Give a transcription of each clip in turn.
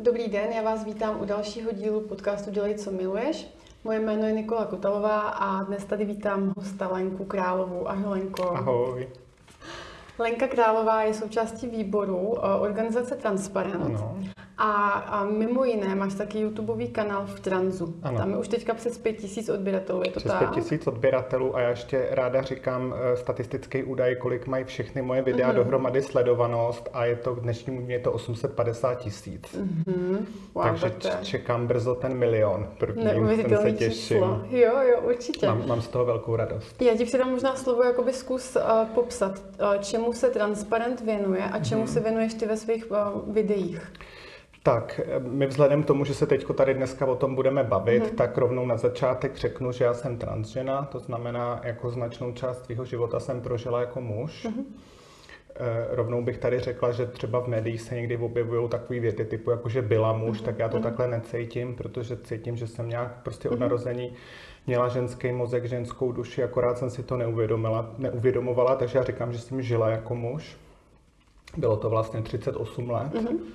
Dobrý den, já vás vítám u dalšího dílu podcastu Dělej, co miluješ. Moje jméno je Nikola Kotalová a dnes tady vítám hosta Lenku Královou. Ahoj Lenko. Ahoj. Lenka Králová je součástí výboru organizace Transparent. Ano. A mimo jiné máš taky YouTubeový kanál v Transu. Ano. Tam je už teďka přes 5000 odběratelů, je to Přes 5000 odběratelů a já ještě ráda říkám statistický údaj, kolik mají všechny moje videa dohromady sledovanost a je to k dnešnímu dní je to 850 000. Wow, takže čekám brzo ten milion. Ten se těším. Jo, určitě. Mám z toho velkou radost. Já ti předám možná slovo, jakoby zkus popsat, čemu se Transparent věnuje a čemu se věnuješ ty ve svých videích. Tak, my vzhledem k tomu, že se teďko tady dneska o tom budeme bavit, tak rovnou na začátek řeknu, že já jsem transžena, to znamená, jako značnou část svého života jsem prožila jako muž. Rovnou bych tady řekla, že třeba v médiích se někdy objevují takové věty typu, jako že byla muž, tak já to takhle necítím, protože cítím, že jsem nějak prostě od narození měla ženský mozek, ženskou duši, akorát jsem si to neuvědomovala, takže já říkám, že jsem žila jako muž. Bylo to vlastně 38 let.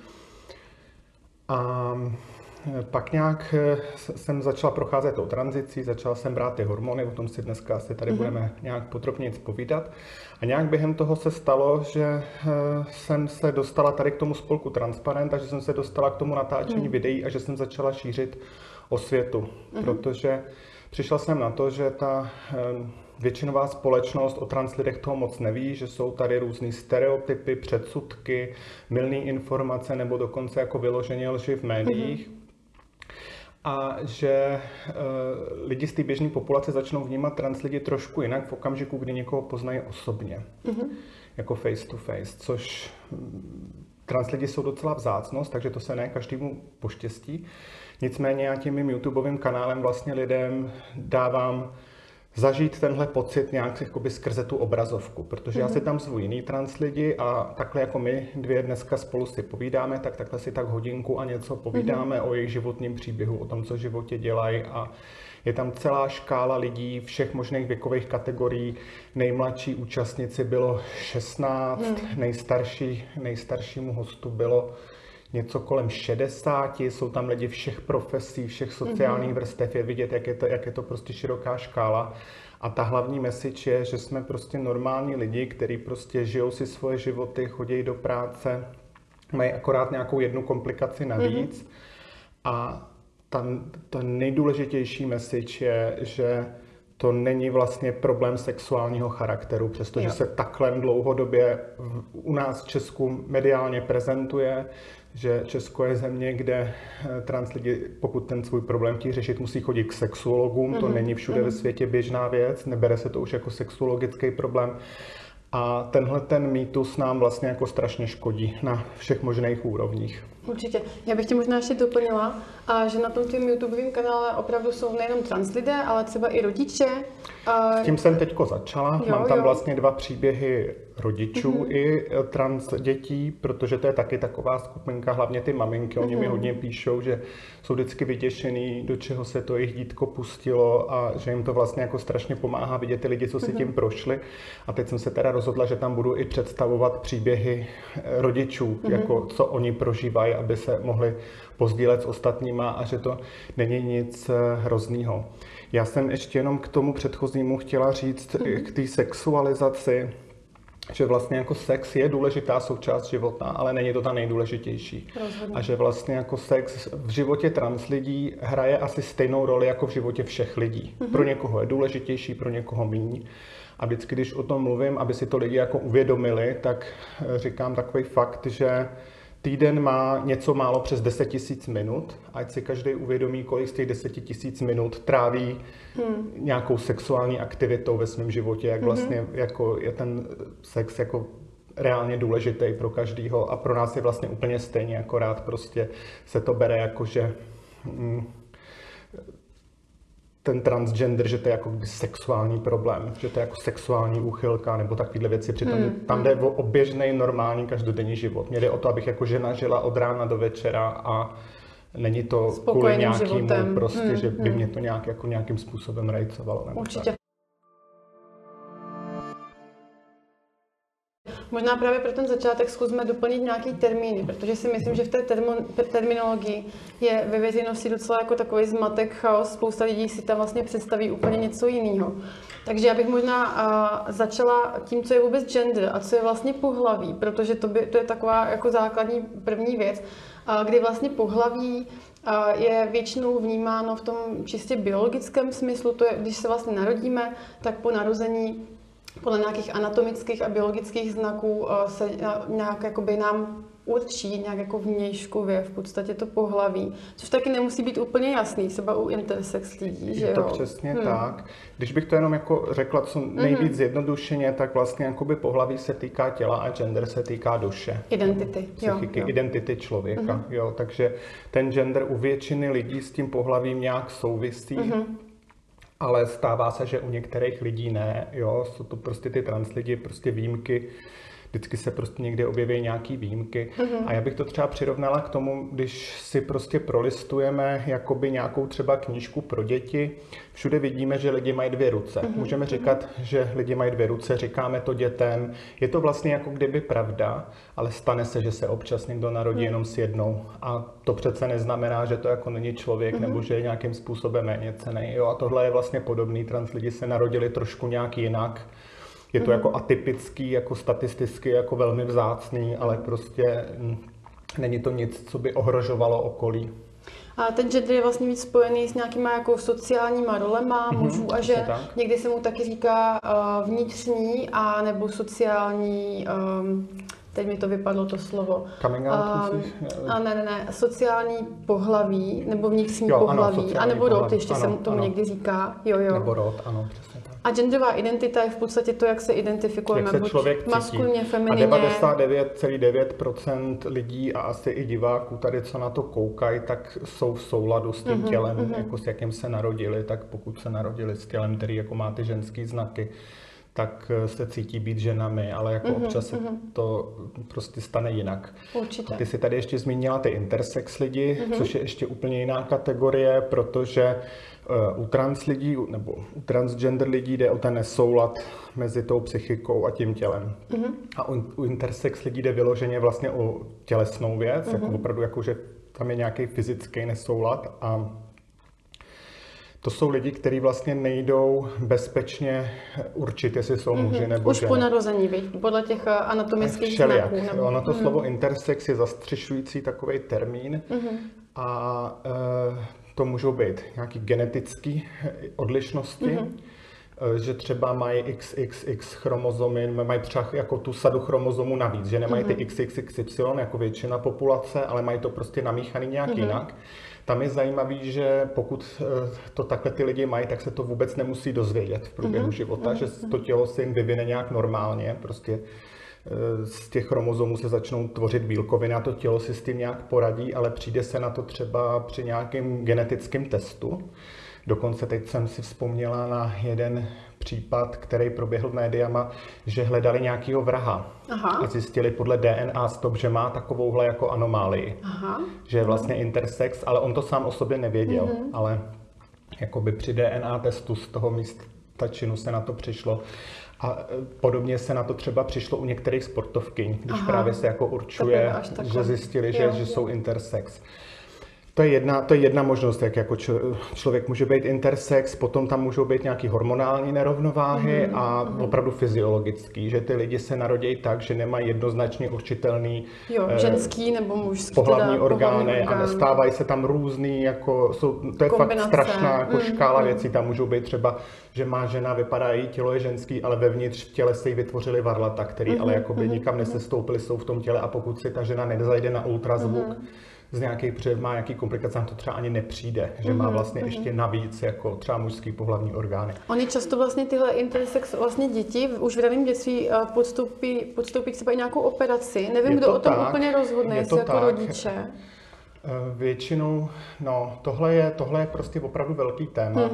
A pak nějak jsem začala procházet tou tranzicí, začala jsem brát ty hormony, o tom si dneska asi tady budeme nějak podrobněji povídat. A nějak během toho se stalo, že jsem se dostala tady k tomu spolku Transparent a že jsem se dostala k tomu natáčení videí a že jsem začala šířit osvětu, protože přišla jsem na to, že ta většinová společnost o trans lidech toho moc neví, že jsou tady různý stereotypy, předsudky, mylné informace nebo dokonce jako vyloženě lži v médiích. A že lidi z té běžné populace začnou vnímat trans lidi trošku jinak v okamžiku, kdy někoho poznají osobně, jako face to face, což trans lidi jsou docela vzácnost, takže to se ne každému poštěstí. Nicméně já tím mým YouTubeovým kanálem vlastně lidem dávám zažít tenhle pocit nějak jakoby skrze tu obrazovku, protože já si tam zvu jiný trans lidi a takhle jako my dvě dneska spolu si povídáme, tak takhle si tak hodinku a něco povídáme o jejich životním příběhu, o tom, co v životě dělají a je tam celá škála lidí všech možných věkových kategorií. Nejmladší účastnici bylo 16, nejstaršímu hostu bylo něco kolem 60, jsou tam lidi všech profesí, všech sociálních vrstev, je vidět, jak je to prostě široká škála. A ta hlavní message je, že jsme prostě normální lidi, kteří prostě žijou si svoje životy, chodí do práce, mají akorát nějakou jednu komplikaci navíc. A ta nejdůležitější message je, že to není vlastně problém sexuálního charakteru, přestože se takhle dlouhodobě u nás v Česku mediálně prezentuje, že Česko je země, kde trans lidi, pokud ten svůj problém chtějí řešit, musí chodit k sexuologům. To není všude ve světě běžná věc, nebere se to už jako sexuologický problém. A tenhle ten mýtus nám vlastně jako strašně škodí na všech možných úrovních. Určitě. Já bych tě možná ještě doplnila, že na tom tvém YouTubeovém kanále opravdu jsou nejenom trans lidé, ale třeba i rodiče. S tím jsem teďko začala. Mám tam vlastně 2 příběhy rodičů i trans dětí, protože to je taky taková skupinka, hlavně ty maminky, oni mi hodně píšou, že jsou vždycky vyděšený, do čeho se to jejich dítko pustilo a že jim to vlastně jako strašně pomáhá vidět ty lidi, co si tím prošli. A teď jsem se teda rozhodla, že tam budu i představovat příběhy rodičů, jako co oni prožívají, aby se mohli pozdílet s ostatníma a že to není nic hroznýho. Já jsem ještě jenom k tomu předchozímu chtěla říct, k té sexualizaci, že vlastně jako sex je důležitá součást života, ale není to ta nejdůležitější. Rozhodně. A že vlastně jako sex v životě trans lidí hraje asi stejnou roli jako v životě všech lidí. Pro někoho je důležitější, pro někoho míň. A vždycky, když o tom mluvím, aby si to lidi jako uvědomili, tak říkám takový fakt, že týden má něco málo přes 10 000 minut, ať si každý uvědomí, kolik z těch 10 000 minut tráví nějakou sexuální aktivitou ve svém životě, jak vlastně jako je ten sex jako reálně důležitý pro každýho a pro nás je vlastně úplně stejně, akorát prostě se to bere jako, že ten transgender, že to je jako sexuální problém, že to je jako sexuální úchylka nebo takovéhle věci. Přitom tam jde o běžný, normální, každodenní život. Mě jde o to, abych jako žena žila od rána do večera a není to kvůli nějakému prostě, že by mě to nějakým způsobem rajcovalo. Určitě. Možná právě pro ten začátek zkusme doplnit nějaký termíny, protože si myslím, že v té terminologii je ve veřejnosti docela jako takový zmatek, chaos, spousta lidí si tam vlastně představí úplně něco jiného. Takže já bych možná začala tím, co je vůbec gender a co je vlastně pohlaví, protože to je taková jako základní první věc, kdy vlastně pohlaví je většinou vnímáno v tom čistě biologickém smyslu, to je, když se vlastně narodíme, tak po narození podle nějakých anatomických a biologických znaků se nějak jakoby nám určí nějak jako vnějškově v podstatě to pohlaví, což taky nemusí být úplně jasný, třeba u intersex lidí, že jo? Je to přesně tak. Když bych to jenom jako řekla co nejvíc zjednodušeně, tak vlastně jakoby pohlaví se týká těla a gender se týká duše. Identity. Psychiky, identity člověka. Jo, takže ten gender u většiny lidí s tím pohlavím nějak souvisí. Ale stává se, že u některých lidí ne, jo, jsou to prostě ty trans lidi, prostě výjimky, vždycky se prostě někde objeví nějaký výjimky. A já bych to třeba přirovnala k tomu, když si prostě prolistujeme jakoby nějakou třeba knížku pro děti, všude vidíme, že lidi mají 2 ruce. Můžeme říkat, že lidi mají 2 ruce, říkáme to dětem. Je to vlastně jako kdyby pravda, ale stane se, že se občas někdo narodí jenom s jednou. A to přece neznamená, že to jako není člověk nebo že je nějakým způsobem méněcenný. Jo? A tohle je vlastně podobný. Trans lidi se narodili trošku nějak jinak. Je to jako atypický, jako statisticky, jako velmi vzácný, ale prostě není to nic, co by ohrožovalo okolí. A ten gender je vlastně víc spojený s nějakýma jako sociálníma rolema mužů a žen. Někdy se mu taky říká vnitřní a nebo sociální, teď mi to vypadlo to slovo. Coming out, ne, sociální pohlaví nebo vnitřní pohlaví, a nebo rod, ještě se tomu někdy říká. Jo. Nebo rod, ano, přesně tak. A genderová identita je v podstatě to, jak se identifikujeme, jak se člověk maskulině, feminině. A 99,9% lidí a asi i diváků tady, co na to koukají, tak jsou v souladu s tím tělem, jako s jakým se narodili, tak pokud se narodili s tělem, který jako má ty ženský znaky, tak se cítí být ženami, ale jako občas se to prostě stane jinak. Určitě. Ty si tady ještě zmínila ty intersex lidi, což je ještě úplně jiná kategorie, protože u trans lidí nebo u transgender lidí jde o ten nesoulad mezi tou psychikou a tím tělem. A u intersex lidí jde vyloženě vlastně o tělesnou věc, jako opravdu jako, že tam je nějaký fyzický nesoulad a to jsou lidi, kteří vlastně nejdou bezpečně určit, jestli jsou muži nebo ženy. Už po narození, podle těch anatomických znaků. Ono to slovo intersex je zastřešující takový termín a to můžou být nějaké genetické odlišnosti, že třeba mají XXX chromozomy, mají třeba jako tu sadu chromozomů navíc, že nemají ty XXXY jako většina populace, ale mají to prostě namíchaný nějak jinak. Tam je zajímavý, že pokud to takhle ty lidi mají, tak se to vůbec nemusí dozvědět v průběhu života, že to tělo se jim vyvine nějak normálně, prostě z těch chromozomů se začnou tvořit bílkoviny a to tělo si s tím nějak poradí, ale přijde se na to třeba při nějakém genetickém testu. Dokonce teď jsem si vzpomněla na jeden případ, který proběhl médiama, že hledali nějakého vraha a zjistili podle DNA stop, že má takovouhle jako anomálii, že je vlastně intersex, ale on to sám o sobě nevěděl, ale jakoby při DNA testu z toho místa činu se na to přišlo. A podobně se na to třeba přišlo u některých sportovkyň, když právě se jako určuje, že zjistili, že jsou intersex. To je jedna možnost, jak jako člověk může být intersex, potom tam můžou být nějaké hormonální nerovnováhy a opravdu fyziologický, že ty lidi se narodí tak, že nemají jednoznačně určitelný ženský nebo mužský pohlavní orgány a nestávají se tam různý, jako to je fakt strašná jako škála věcí, tam můžou být třeba, že má žena, vypadá její tělo je ženský, ale vevnitř v těle se jí vytvořily varlata, který ale jakoby nikam nesestoupily, jsou v tom těle a pokud si ta žena nezajde na ultrazvuk, má nějaký komplikace, to třeba ani nepřijde, že má vlastně ještě navíc jako třeba mužský pohlavní orgány. Oni často vlastně tyhle intersex vlastně děti už v raném dětství podstoupí třeba i nějakou operaci. Nevím, kdo o tom úplně rozhodne, jestli jako rodiče. Většinou, tohle je prostě opravdu velký téma.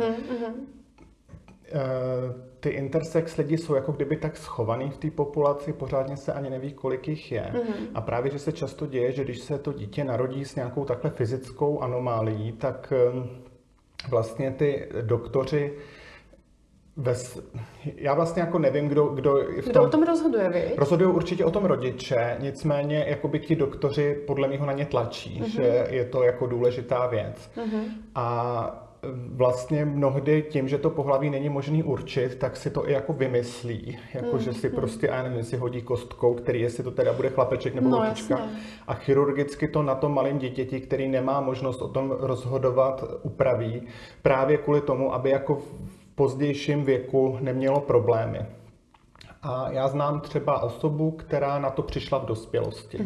Ty intersex lidi jsou jako kdyby tak schovaný v té populaci, pořádně se ani neví, kolik jich je. A právě, že se často děje, že když se to dítě narodí s nějakou takhle fyzickou anomálií, tak vlastně ty doktoři Já vlastně jako nevím, kdo v Kdo o tom rozhoduje, vy? Rozhodují určitě o tom rodiče, nicméně jakoby ti doktoři podle mého na ně tlačí, že je to jako důležitá věc. A vlastně mnohdy tím, že to pohlaví není možný určit, tak si to i jako vymyslí, jako že si prostě, já nevím, si hodí kostkou, který jestli to teda bude chlapeček nebo holčička. A chirurgicky to na tom malém dítěti, který nemá možnost o tom rozhodovat, upraví, právě kvůli tomu, aby jako v pozdějším věku nemělo problémy. A já znám třeba osobu, která na to přišla v dospělosti.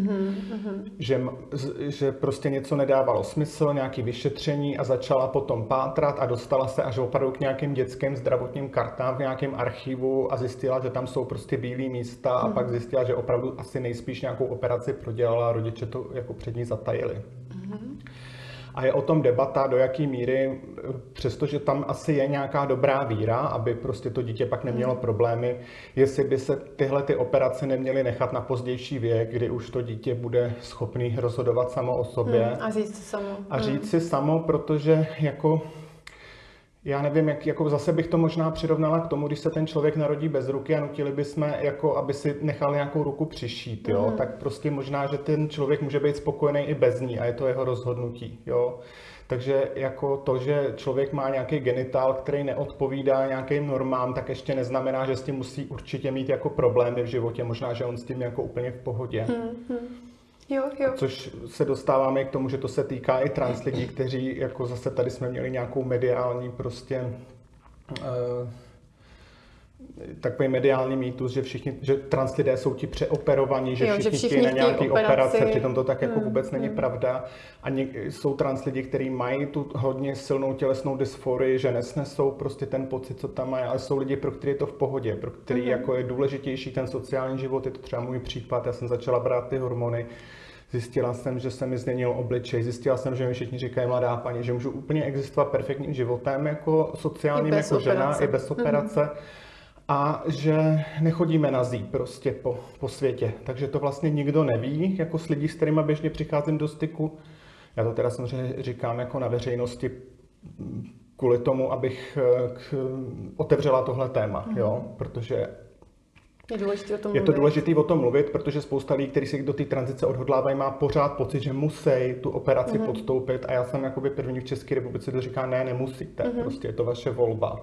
Že prostě něco nedávalo smysl, nějaké vyšetření a začala potom pátrat a dostala se až opravdu k nějakým dětským zdravotním kartám v nějakém archivu a zjistila, že tam jsou prostě bílé místa a pak zjistila, že opravdu asi nejspíš nějakou operaci prodělala a rodiče to jako před ní zatajili. A je o tom debata, do jaký míry, přestože tam asi je nějaká dobrá víra, aby prostě to dítě pak nemělo problémy, jestli by se tyhle ty operace neměly nechat na pozdější věk, kdy už to dítě bude schopný rozhodovat samo o sobě. A říct si samo. A říct si samo, protože jako já nevím, jako zase bych to možná přirovnala k tomu, když se ten člověk narodí bez ruky a nutili bychom, jako aby si nechal nějakou ruku přišít, jo? Tak prostě možná, že ten člověk může být spokojený i bez ní a je to jeho rozhodnutí, jo? Takže jako to, že člověk má nějaký genitál, který neodpovídá nějakým normám, tak ještě neznamená, že s tím musí určitě mít jako problémy v životě, možná, že on s tím jako úplně v pohodě. Jo. Což se dostáváme k tomu, že to se týká i trans lidí, kteří, jako zase tady jsme měli nějakou mediální prostě takový mediální mýtus, že trans lidé jsou ti přeoperovaní, že všichni chtějí na nějaké operace, přitom to tak jako vůbec není pravda. A jsou trans lidi, kteří mají tu hodně silnou tělesnou dysforii, že nesnesou prostě ten pocit, co tam mají, ale jsou lidi, pro který je to v pohodě, pro který jako je důležitější ten sociální život, je to třeba můj případ, já jsem začala brát ty hormony. Zjistila jsem, že se mi změnil obličej, zjistila jsem, že mi všichni říkají mladá paní, že můžu úplně existovat perfektním životem jako sociálním, jako žena, i bez operace. A že nechodíme nazí prostě po světě. Takže to vlastně nikdo neví, jako s lidí, s kterými běžně přicházím do styku. Já to teda samozřejmě říkám jako na veřejnosti kvůli tomu, abych otevřela tohle téma, jo, protože je to důležité o tom mluvit, protože spousta lidí, kteří se do té tranzice odhodlávají, má pořád pocit, že musí tu operaci podstoupit a já jsem jakoby první v České republice, kdo říká, ne, nemusíte, prostě je to vaše volba.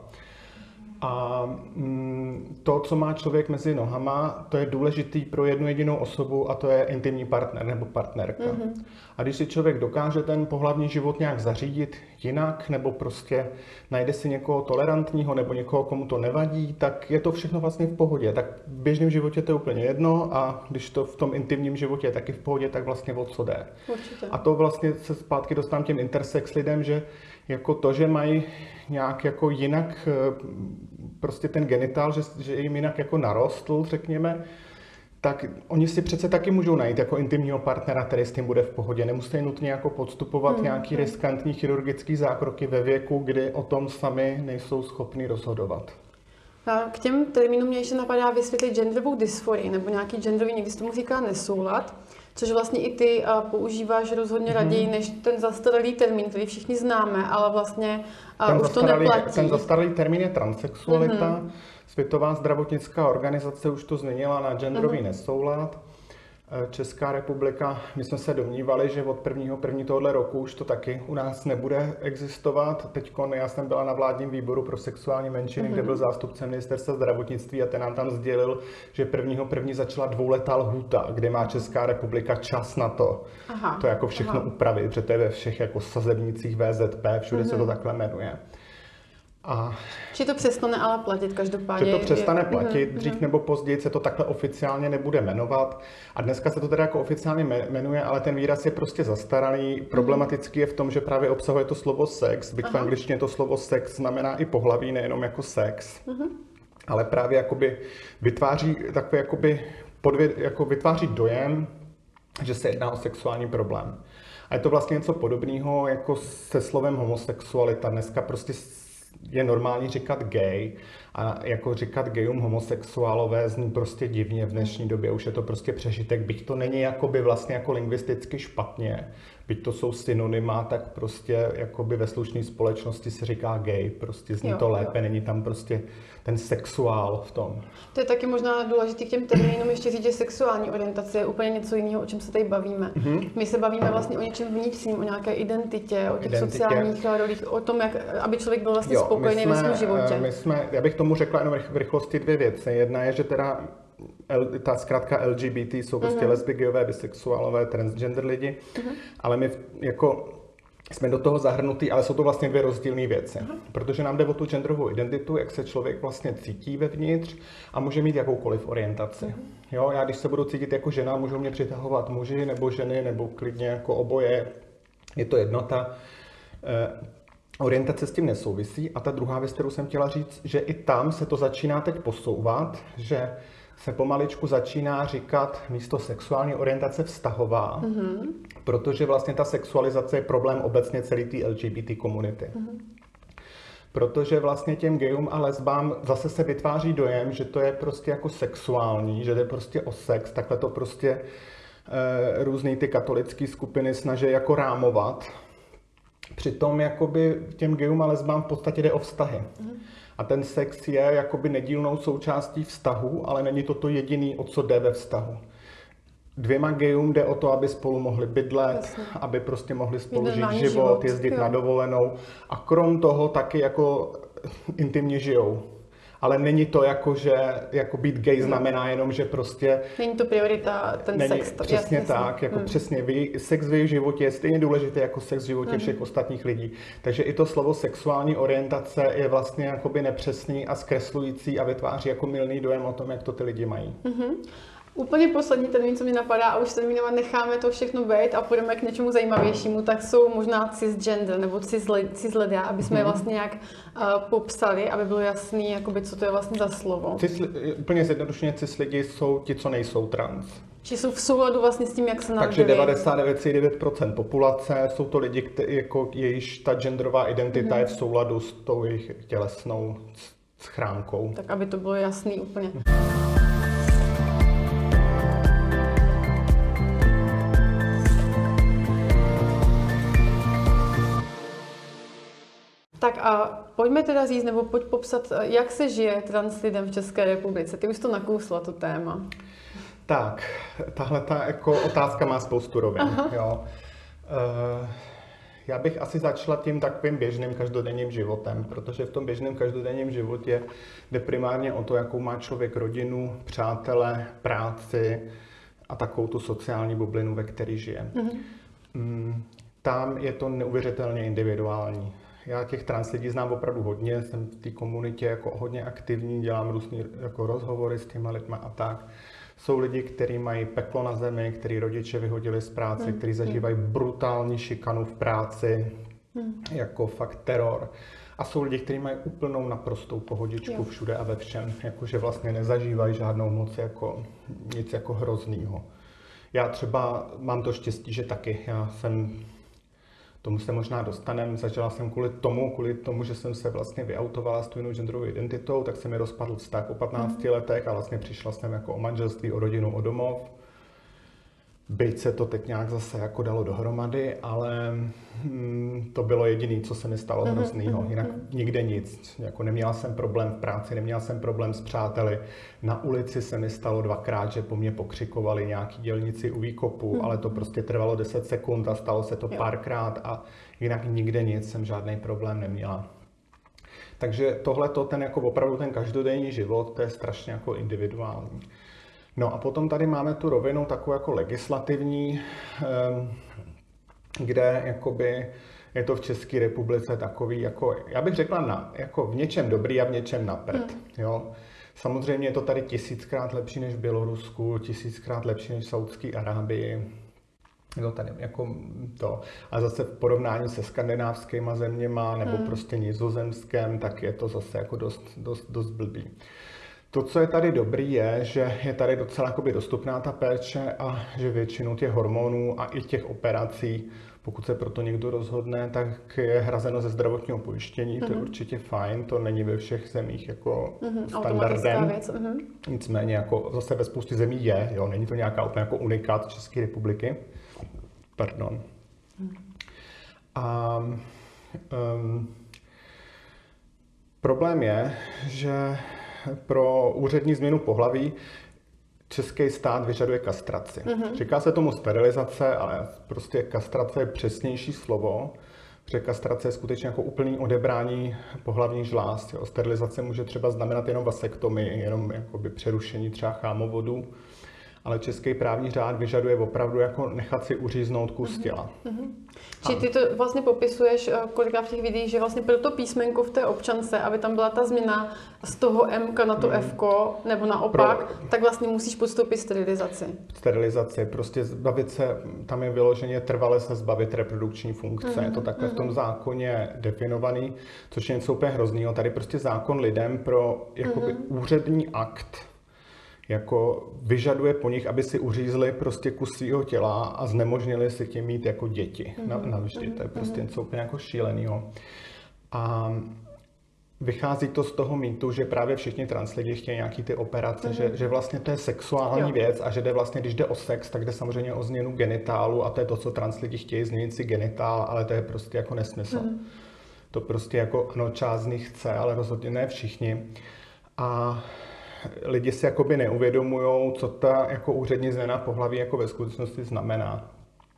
A to, co má člověk mezi nohama, to je důležitý pro jednu jedinou osobu a to je intimní partner nebo partnerka. A když si člověk dokáže ten pohlavní život nějak zařídit jinak nebo prostě najde si někoho tolerantního nebo někoho, komu to nevadí, tak je to všechno vlastně v pohodě. Tak v běžném životě to je úplně jedno a když to v tom intimním životě je taky v pohodě, tak vlastně o co jde. Určitě. A to vlastně se zpátky dostávám těm intersex lidem, že jako to, že mají nějak jako jinak prostě ten genitál, že jim jinak jako narostl, řekněme, tak oni si přece taky můžou najít jako intimního partnera, který s tím bude v pohodě. Nemusí nutně jako podstupovat nějaký riskantní chirurgický zákroky ve věku, kdy o tom sami nejsou schopni rozhodovat. K těm termínům mě ještě napadá vysvětlit genderovou dysforii nebo nějaký genderový, někdy se tomu říká nesoulad, což vlastně i ty používáš rozhodně raději než ten zastaralý termín, který všichni známe, ale vlastně už to neplatí. Ten zastaralý termín je transsexualita. Světová zdravotnická organizace už to změnila na genderový nesoulad. Česká republika, my jsme se domnívali, že od 1.1. tohoto roku už to taky u nás nebude existovat. Teďkon já jsem byla na vládním výboru pro sexuální menšiny, kde byl zástupce ministerstva zdravotnictví a ten nám tam sdělil, že 1.1. začala 2letá lhůta, kde má Česká republika čas na to. To jako všechno upravit, protože to je ve všech jako sazebnicích VZP, všude se to takhle jmenuje. Či to přestane ale platit každopádně? Že to přestane platit, dřív nebo později se to takhle oficiálně nebude jmenovat. A dneska se to teda jako oficiálně jmenuje, ale ten výraz je prostě zastaralý. Problematický je v tom, že právě obsahuje to slovo sex, byť v angličtině to slovo sex znamená i pohlaví, nejenom jako sex. Ale právě jakoby vytváří takový jako vytváří dojem, že se jedná o sexuální problém. A je to vlastně něco podobného jako se slovem homosexualita. Dneska prostě je normální říkat gay a jako říkat gayům homosexuálové zní prostě divně v dnešní době, už je to prostě přežitek, byť to není jakoby vlastně jako lingvisticky špatně, byť to jsou synonyma, tak prostě jakoby ve slušné společnosti se říká gay, prostě zní to lépe, není tam prostě ten sexuál v tom. To je taky možná důležitý k těm termínům ještě říct, že sexuální orientace je úplně něco jiného, o čem se tady bavíme. My se bavíme vlastně o něčem vnitřním, o nějaké identitě, o těch sociálních rolích, o tom, jak, aby člověk byl vlastně spokojený ve svém životě. Já bych tomu řekla jenom v rychlosti dvě věci. Jedna je, že teda ta zkrátka LGBT jsou prostě lesby, gayové, bisexuálové, transgender lidi, ale my jako jsme do toho zahrnutí, ale jsou to vlastně dvě rozdílné věci. Protože nám jde o tu genderovou identitu, jak se člověk vlastně cítí vevnitř a může mít jakoukoliv orientaci. Jo, já když se budu cítit jako žena, můžou mě přitahovat muži nebo ženy, nebo klidně jako oboje. Je to jednota. Orientace s tím nesouvisí. A ta druhá věc, kterou jsem chtěla říct, že i tam se to začíná teď posouvat, že se pomaličku začíná říkat místo sexuální orientace vztahová, protože vlastně ta sexualizace je problém obecně celé té LGBT komunity. Protože vlastně těm gayům a lesbám zase se vytváří dojem, že to je prostě jako sexuální, že jde prostě o sex, takhle to prostě různý ty katolické skupiny snaží jako rámovat. Přitom jakoby těm gayům a lesbám v podstatě jde o vztahy. A ten sex je jakoby nedílnou součástí vztahu, ale není to to jediný, o co jde ve vztahu. Dvěma gayům jde o to, aby spolu mohli bydlet, aby prostě mohli spolu žít život, jezdit na dovolenou. A krom toho taky jako intimně žijou. Ale není to jako, že jako být gay znamená jenom, že prostě... Není to priorita, ten sex. Přesně tak, jako přesně. Sex v jejich životě je stejně důležitý jako sex v životě všech ostatních lidí. Takže i to slovo sexuální orientace je vlastně jakoby nepřesný a zkreslující a vytváří jako mylný dojem o tom, jak to ty lidi mají. Úplně poslední termín, co mi napadá, a už termínovat necháme to všechno být a půjdeme k něčemu zajímavějšímu, tak jsou možná cisgender nebo cis lidé, aby jsme je vlastně nějak popsali, aby bylo jasný, jakoby, co to je vlastně za slovo. Úplně zjednodušeně cis lidi jsou ti, co nejsou trans. Či jsou v souladu vlastně s tím, jak se narodili. Takže 99,9% populace jsou to lidi, jako jejíž ta genderová identita je v souladu s tou jejich tělesnou schránkou. Tak aby to bylo jasný úplně. Tak a pojďme teda říct, nebo pojď popsat, jak se žije trans lidem v České republice. Ty už to nakousla, to téma. Tak, tahle ta jako otázka má spoustu rovin. Jo. Já bych asi začala tím takovým běžným každodenním životem, protože v tom běžném každodenním životě jde primárně o to, jakou má člověk rodinu, přátele, práci a takovou tu sociální bublinu, ve které žije. Tam je to neuvěřitelně individuální. Já těch trans lidí znám opravdu hodně, jsem v té komunitě jako hodně aktivní, dělám různý jako rozhovory s těma lidma a tak. Jsou lidi, kteří mají peklo na zemi, který rodiče vyhodili z práce, kteří zažívají brutální šikanu v práci, jako fakt teror. A jsou lidi, kteří mají úplnou naprostou pohodičku všude a ve všem, jakože vlastně nezažívají žádnou moc jako nic jako hroznýho. Já třeba mám to štěstí, že taky, tomu se možná dostaneme, začala jsem kvůli tomu, že jsem se vlastně vyautovala s tu jinou genderovou identitou, tak se mi rozpadl vztah po 15 letech a vlastně přišla jsem jako o manželství, o rodinu, o domov. Byť se to teď nějak zase jako dalo dohromady, ale to bylo jediné, co se mi stalo hroznýho. Jinak nikde nic. Jako neměla jsem problém v práci, neměla jsem problém s přáteli. Na ulici se mi stalo 2krát, že po mně pokřikovali nějaký dělníci u výkopu, ale to prostě trvalo 10 sekund a stalo se to párkrát a jinak nikde nic, jsem žádný problém neměla. Takže tohleto, ten jako opravdu ten každodenní život, to je strašně jako individuální. No a potom tady máme tu rovinu takovou jako legislativní, kde jakoby je to v České republice takový, jako, já bych řekla, jako v něčem dobrý a v něčem na prd. Jo? Samozřejmě je to tady 1000krát lepší než v Bělorusku, 1000krát lepší než v Saúdské Arábii. Je to tady jako to. A zase v porovnání se skandinávskýma zeměma nebo prostě Nizozemskem, tak je to zase jako dost blbý. To, co je tady dobrý, je, že je tady docela dostupná ta péče a že většinu těch hormonů a i těch operací, pokud se proto někdo rozhodne, tak je hrazeno ze zdravotního pojištění, to je určitě fajn, to není ve všech zemích jako standardem. Nicméně jako zase ve spoustě zemí je, jo, není to nějaká úplně jako unikát České republiky. Pardon. A problém je, že pro úřední změnu pohlaví český stát vyžaduje kastraci. Říká se tomu sterilizace, ale prostě kastrace je přesnější slovo, protože kastrace je skutečně jako úplný odebrání pohlavních žláz. Jo. Sterilizace může třeba znamenat jenom vasektomii, jenom jakoby přerušení třeba chámovodu, ale český právní řád vyžaduje opravdu jako nechat si uříznout kus těla. Či ty to vlastně popisuješ kolikrát v těch videích, že vlastně pro to písmenko v té občance, aby tam byla ta změna z toho M na to F, nebo naopak, tak vlastně musíš podstoupit sterilizaci. Sterilizaci, prostě zbavit se, tam je vyloženě trvale se zbavit reprodukční funkce. Je to takhle v tom zákoně definovaný, což je něco úplně hroznýho. Tady prostě zákon lidem pro jakoby úřední akt jako vyžaduje po nich, aby si uřízli prostě kus svého těla a znemožnili si tím mít jako děti navždy. To je prostě něco úplně jako šílenýho. A vychází to z toho mýtu, že právě všichni trans lidi chtějí nějaký ty operace, že vlastně to je sexuální věc a že jde vlastně, když jde o sex, tak jde samozřejmě o změnu genitálu a to je to, co trans lidi chtějí, změnit si genitál, ale to je prostě jako nesmysl. To prostě jako ano, část z nich chce, ale rozhodně ne všichni. A lidi si jakoby neuvědomujou, co ta jako úřední změna pohlaví jako ve skutečnosti znamená.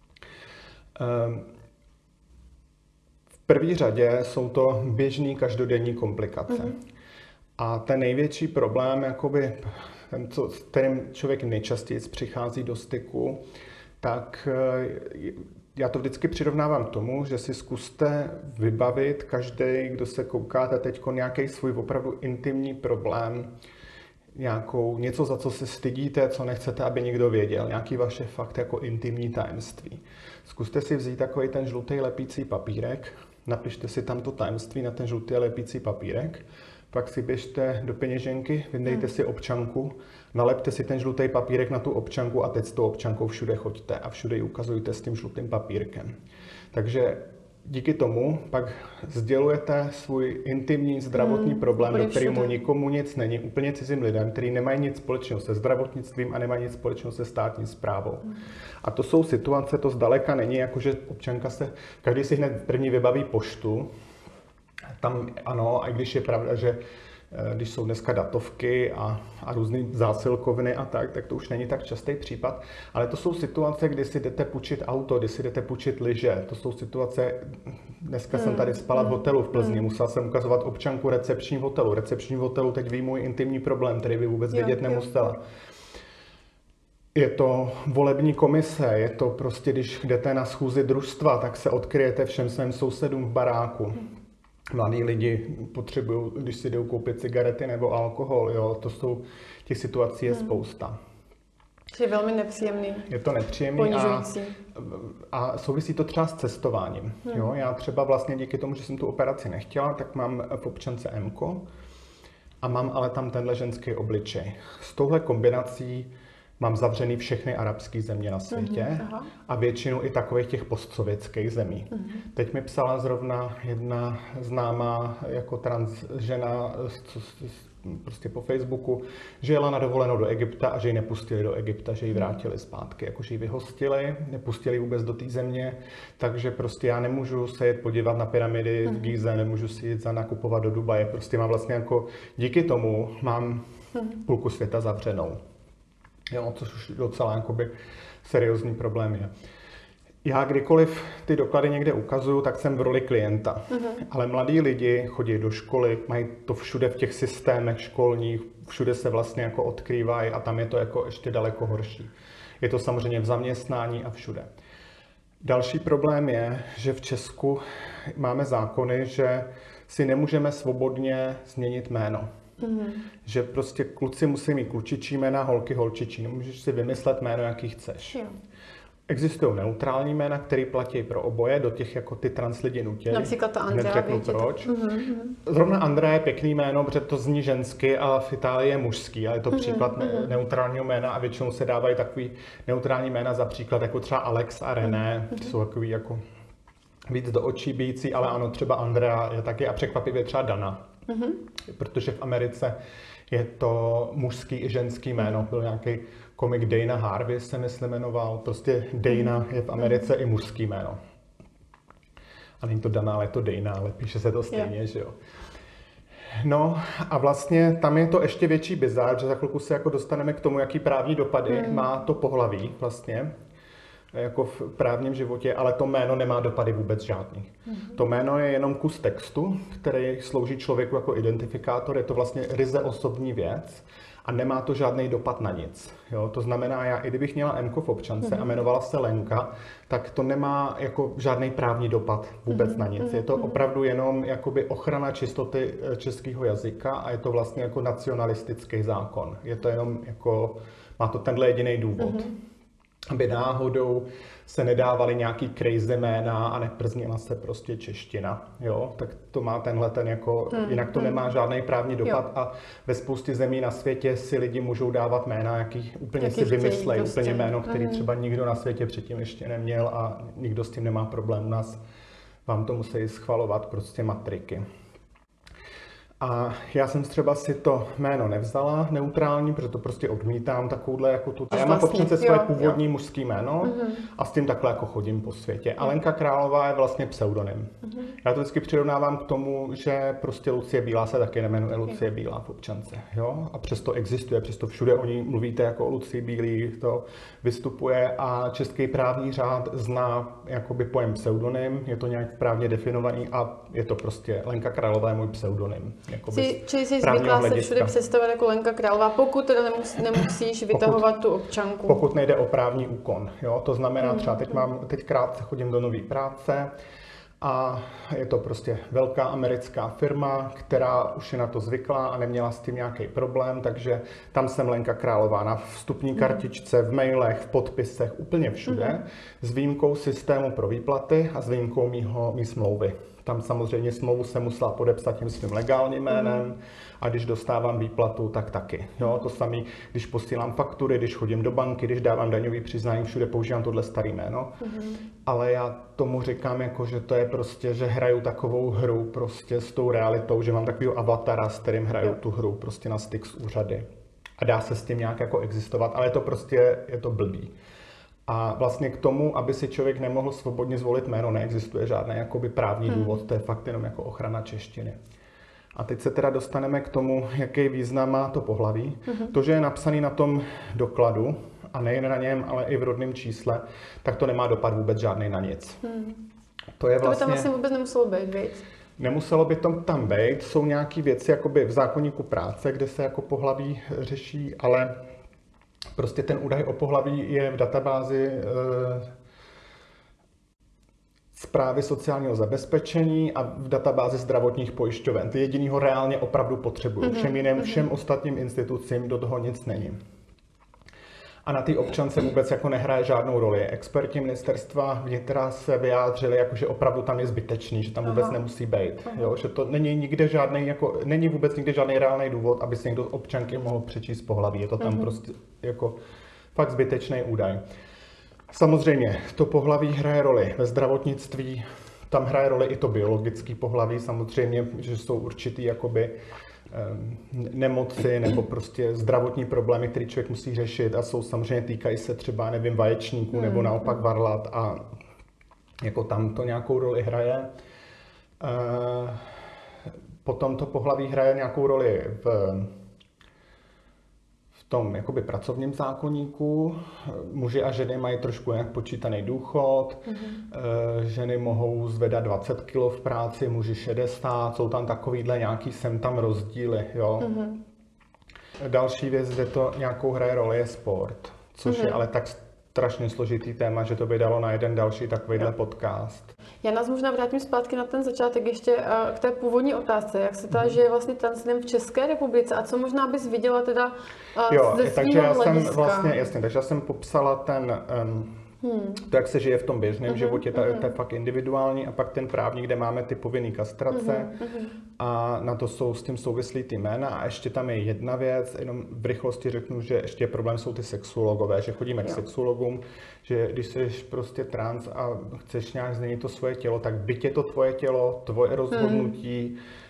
V první řadě jsou to běžný každodenní komplikace. A ten největší problém, jakoby, ten, s kterým člověk nejčastěji přichází do styku, tak já to vždycky přirovnávám k tomu, že si zkuste vybavit každý, kdo se koukáte teď, nějaký svůj opravdu intimní problém, něco, za co se stydíte, co nechcete, aby někdo věděl, nějaký vaše fakt jako intimní tajemství. Zkuste si vzít takový ten žlutý lepící papírek, napište si tam to tajemství na ten žlutý lepící papírek, pak si běžte do peněženky, vyndejte si občanku, nalepte si ten žlutý papírek na tu občanku a teď s tou občankou všude choďte a všude ji ukazujte s tím žlutým papírkem. Takže díky tomu pak sdělujete svůj intimní zdravotní problém, do kterému nikomu nic není, úplně cizím lidem, kteří nemají nic společného se zdravotnictvím a nemají nic společného se státní správou. A to jsou situace, to zdaleka není, jakože občanka každý si hned první vybaví poštu, tam ano, a i když je pravda, že když jsou dneska datovky a různé zásilkovny a tak to už není tak častý případ, ale to jsou situace, kdy si jdete půjčit auto, kdy si jdete půjčit lyže, to jsou situace, dneska jsem tady spala v hotelu v Plzni, musela jsem ukazovat občanku recepční hotelu. Recepční hotelu teď ví můj intimní problém, který by vůbec vědět nemusela. Je to volební komise, je to prostě, když jdete na schůzi družstva, tak se odkryjete všem svým sousedům v baráku. Mladí lidi potřebují, když si jdou koupit cigarety nebo alkohol, jo, těch situací je spousta. Je velmi nepříjemný. Je to nepříjemný a souvisí to třeba s cestováním. Jo? Já třeba vlastně díky tomu, že jsem tu operaci nechtěla, tak mám v občance M-ko a mám ale tam tenhle ženský obličej. S touhle kombinací mám zavřený všechny arabské země na světě a většinu i takových těch postsovětských zemí. Teď mi psala zrovna jedna známá jako trans žena prostě po Facebooku, že jela na dovolenou do Egypta a že ji nepustili do Egypta, že ji vrátili zpátky, jakože ji vyhostili, nepustili vůbec do té země, takže prostě já nemůžu se jet podívat na pyramidy v Gíze, nemůžu si jít nakupovat do Dubaje, prostě mám vlastně jako díky tomu mám půlku světa zavřenou. Jo, což už docela jakoby seriózní problém je. Já kdykoliv ty doklady někde ukazuju, tak jsem v roli klienta. Ale mladí lidi chodí do školy, mají to všude v těch systémech školních, všude se vlastně jako odkrývají a tam je to jako ještě daleko horší. Je to samozřejmě v zaměstnání a všude. Další problém je, že v Česku máme zákony, že si nemůžeme svobodně změnit jméno. Že prostě kluci musí mít klučičí jména, holky holčičí. Nemůžeš si vymyslet jméno, jaký chceš. Jo. Existují neutrální jména, které platí pro oboje, do těch jako ty trans lidi nutějí. Například ta Andrea, řeknu proč. Zrovna Andrea je pěkný jméno, protože to zní žensky a v Itálii je mužský, ale je to příklad neutrálního jména a většinou se dávají takový neutrální jména za příklad, jako třeba Alex a René. Ty jsou takový jako víc do očí bijící, ale ano, třeba Andrea je taky a překvapivě třeba Dana. Protože v Americe je to mužský i ženský jméno. Byl nějaký komik Dana Harvey se myslím jmenoval. Prostě Dana je v Americe i mužský jméno. A není to daná, ale je to dejná, ale píše se to stejně, že jo. No a vlastně tam je to ještě větší bizár, že za chvilku se jako dostaneme k tomu, jaký právní dopady má to pohlaví vlastně, jako v právním životě, ale to jméno nemá dopady vůbec žádný. To jméno je jenom kus textu, který slouží člověku jako identifikátor, je to vlastně ryze osobní věc a nemá to žádný dopad na nic. Jo? To znamená, já i kdybych měla M v občance a jmenovala se Lenka, tak to nemá jako žádný právní dopad vůbec na nic. Je to opravdu jenom jakoby ochrana čistoty českého jazyka a je to vlastně jako nacionalistický zákon. Je to jenom jako, má to tenhle jediný důvod. Aby náhodou se nedávaly nějaký crazy jména a neprznila se prostě čeština, jo, tak to má tenhle ten jako, jinak to nemá žádný právní dopad a ve spoustě zemí na světě si lidi můžou dávat jména, jaký si vymyslejí, prostě. úplně jméno, který třeba nikdo na světě předtím ještě neměl a nikdo s tím nemá problém. U nás vám to musí schvalovat prostě matriky. A já jsem třeba si to jméno nevzala neutrální, protože to prostě odmítám takovouhle jako tu. Já mám v občance svoje původní mužské jméno a s tím takhle jako chodím po světě. A Lenka Králová je vlastně pseudonym. Já to vždycky přirovnávám k tomu, že prostě Lucie Bílá se taky nejmenuje Lucie Bílá v občance. Jo? A přesto existuje, přesto všude o ní mluvíte jako o Lucii Bílý, to vystupuje a český právní řád zná jakoby pojem pseudonym, je to nějak právně definovaný a je to prostě Lenka Králová je můj pseudonym. Čili jsi zvyklá se všude představit jako Lenka Králová, pokud teda nemusíš vytahovat tu občanku. Pokud nejde o právní úkon. Jo? To znamená třeba teď krátce chodím do nové práce a je to prostě velká americká firma, která už je na to zvyklá a neměla s tím nějaký problém, takže tam jsem Lenka Králová na vstupní kartičce, v mailech, v podpisech, úplně všude, s výjimkou systému pro výplaty a s výjimkou mý smlouvy. Tam samozřejmě smlouvu jsem musela podepsat tím svým legálním jménem a když dostávám výplatu, tak taky. Jo, to samé, když posílám faktury, když chodím do banky, když dávám daňový přiznání, všude používám tohle staré jméno. Ale já tomu říkám, jako, že to je prostě, že hraju takovou hru prostě s tou realitou, že mám takovýho avatara, s kterým hraju tu hru prostě na styk s úřady. A dá se s tím nějak jako existovat, ale je to blbý. A vlastně k tomu, aby si člověk nemohl svobodně zvolit jméno, neexistuje žádný jakoby právní důvod, to je fakt jenom jako ochrana češtiny. A teď se teda dostaneme k tomu, jaký význam má to pohlaví. To, že je napsaný na tom dokladu, a nejen na něm, ale i v rodném čísle, tak to nemá dopad vůbec žádný na nic. To je vlastně... To by tam vlastně vůbec nemuselo být, viď? Nemuselo by to tam být, jsou nějaké věci jakoby v zákoníku práce, kde se jako pohlaví řeší, ale prostě ten údaj o pohlaví je v databázi Správy sociálního zabezpečení a v databázi zdravotních pojišťoven. Ty jediný ho reálně opravdu potřebují. Všem ostatním institucím do toho nic není. A na té občance vůbec jako nehraje žádnou roli. Experti ministerstva vnitra se vyjádřili, jako, že opravdu tam je zbytečný, že tam vůbec nemusí být. Jo? Že to není nikde žádný, jako, není vůbec nikde žádný reálný důvod, aby si někdo občanky mohl přečíst pohlaví. Je to tam prostě jako fakt zbytečný údaj. Samozřejmě, to pohlaví hraje roli ve zdravotnictví, tam hraje roli i to biologické pohlaví, samozřejmě, že jsou určitý jakoby nemoci nebo prostě zdravotní problémy, které člověk musí řešit a jsou samozřejmě týkají se třeba, nevím, vaječníků nebo naopak varlat a jako tam to nějakou roli hraje. Potom to pohlaví hraje nějakou roli v tom jakoby pracovním zákoníku. Muži a ženy mají trošku jinak počítaný důchod, ženy mohou zvedat 20 kg v práci, muži 60, jsou tam takovýhle nějaký sem tam rozdíly. Jo. Další věc, kde to nějakou hraje roli, je sport, což je ale tak strašně složitý téma, že to by dalo na jeden další takovýhle podcast. Já nás možná vrátím zpátky na ten začátek ještě k té původní otázce, jak se ta žije vlastně transitem v České republice a co možná bys viděla teda ze svýho hlediska. Takže já jsem popsala ten, to, jak se žije v tom běžném životě, to je fakt individuální a pak ten právní, kde máme ty povinný kastrace a na to jsou s tím souvislí ty jména a ještě tam je jedna věc, jenom v rychlosti řeknu, že ještě problém jsou ty sexuologové, že chodíme k sexuologům, že když jsi prostě trans a chceš nějak změnit to svoje tělo, tak byť je to tvoje tělo, tvoje rozhodnutí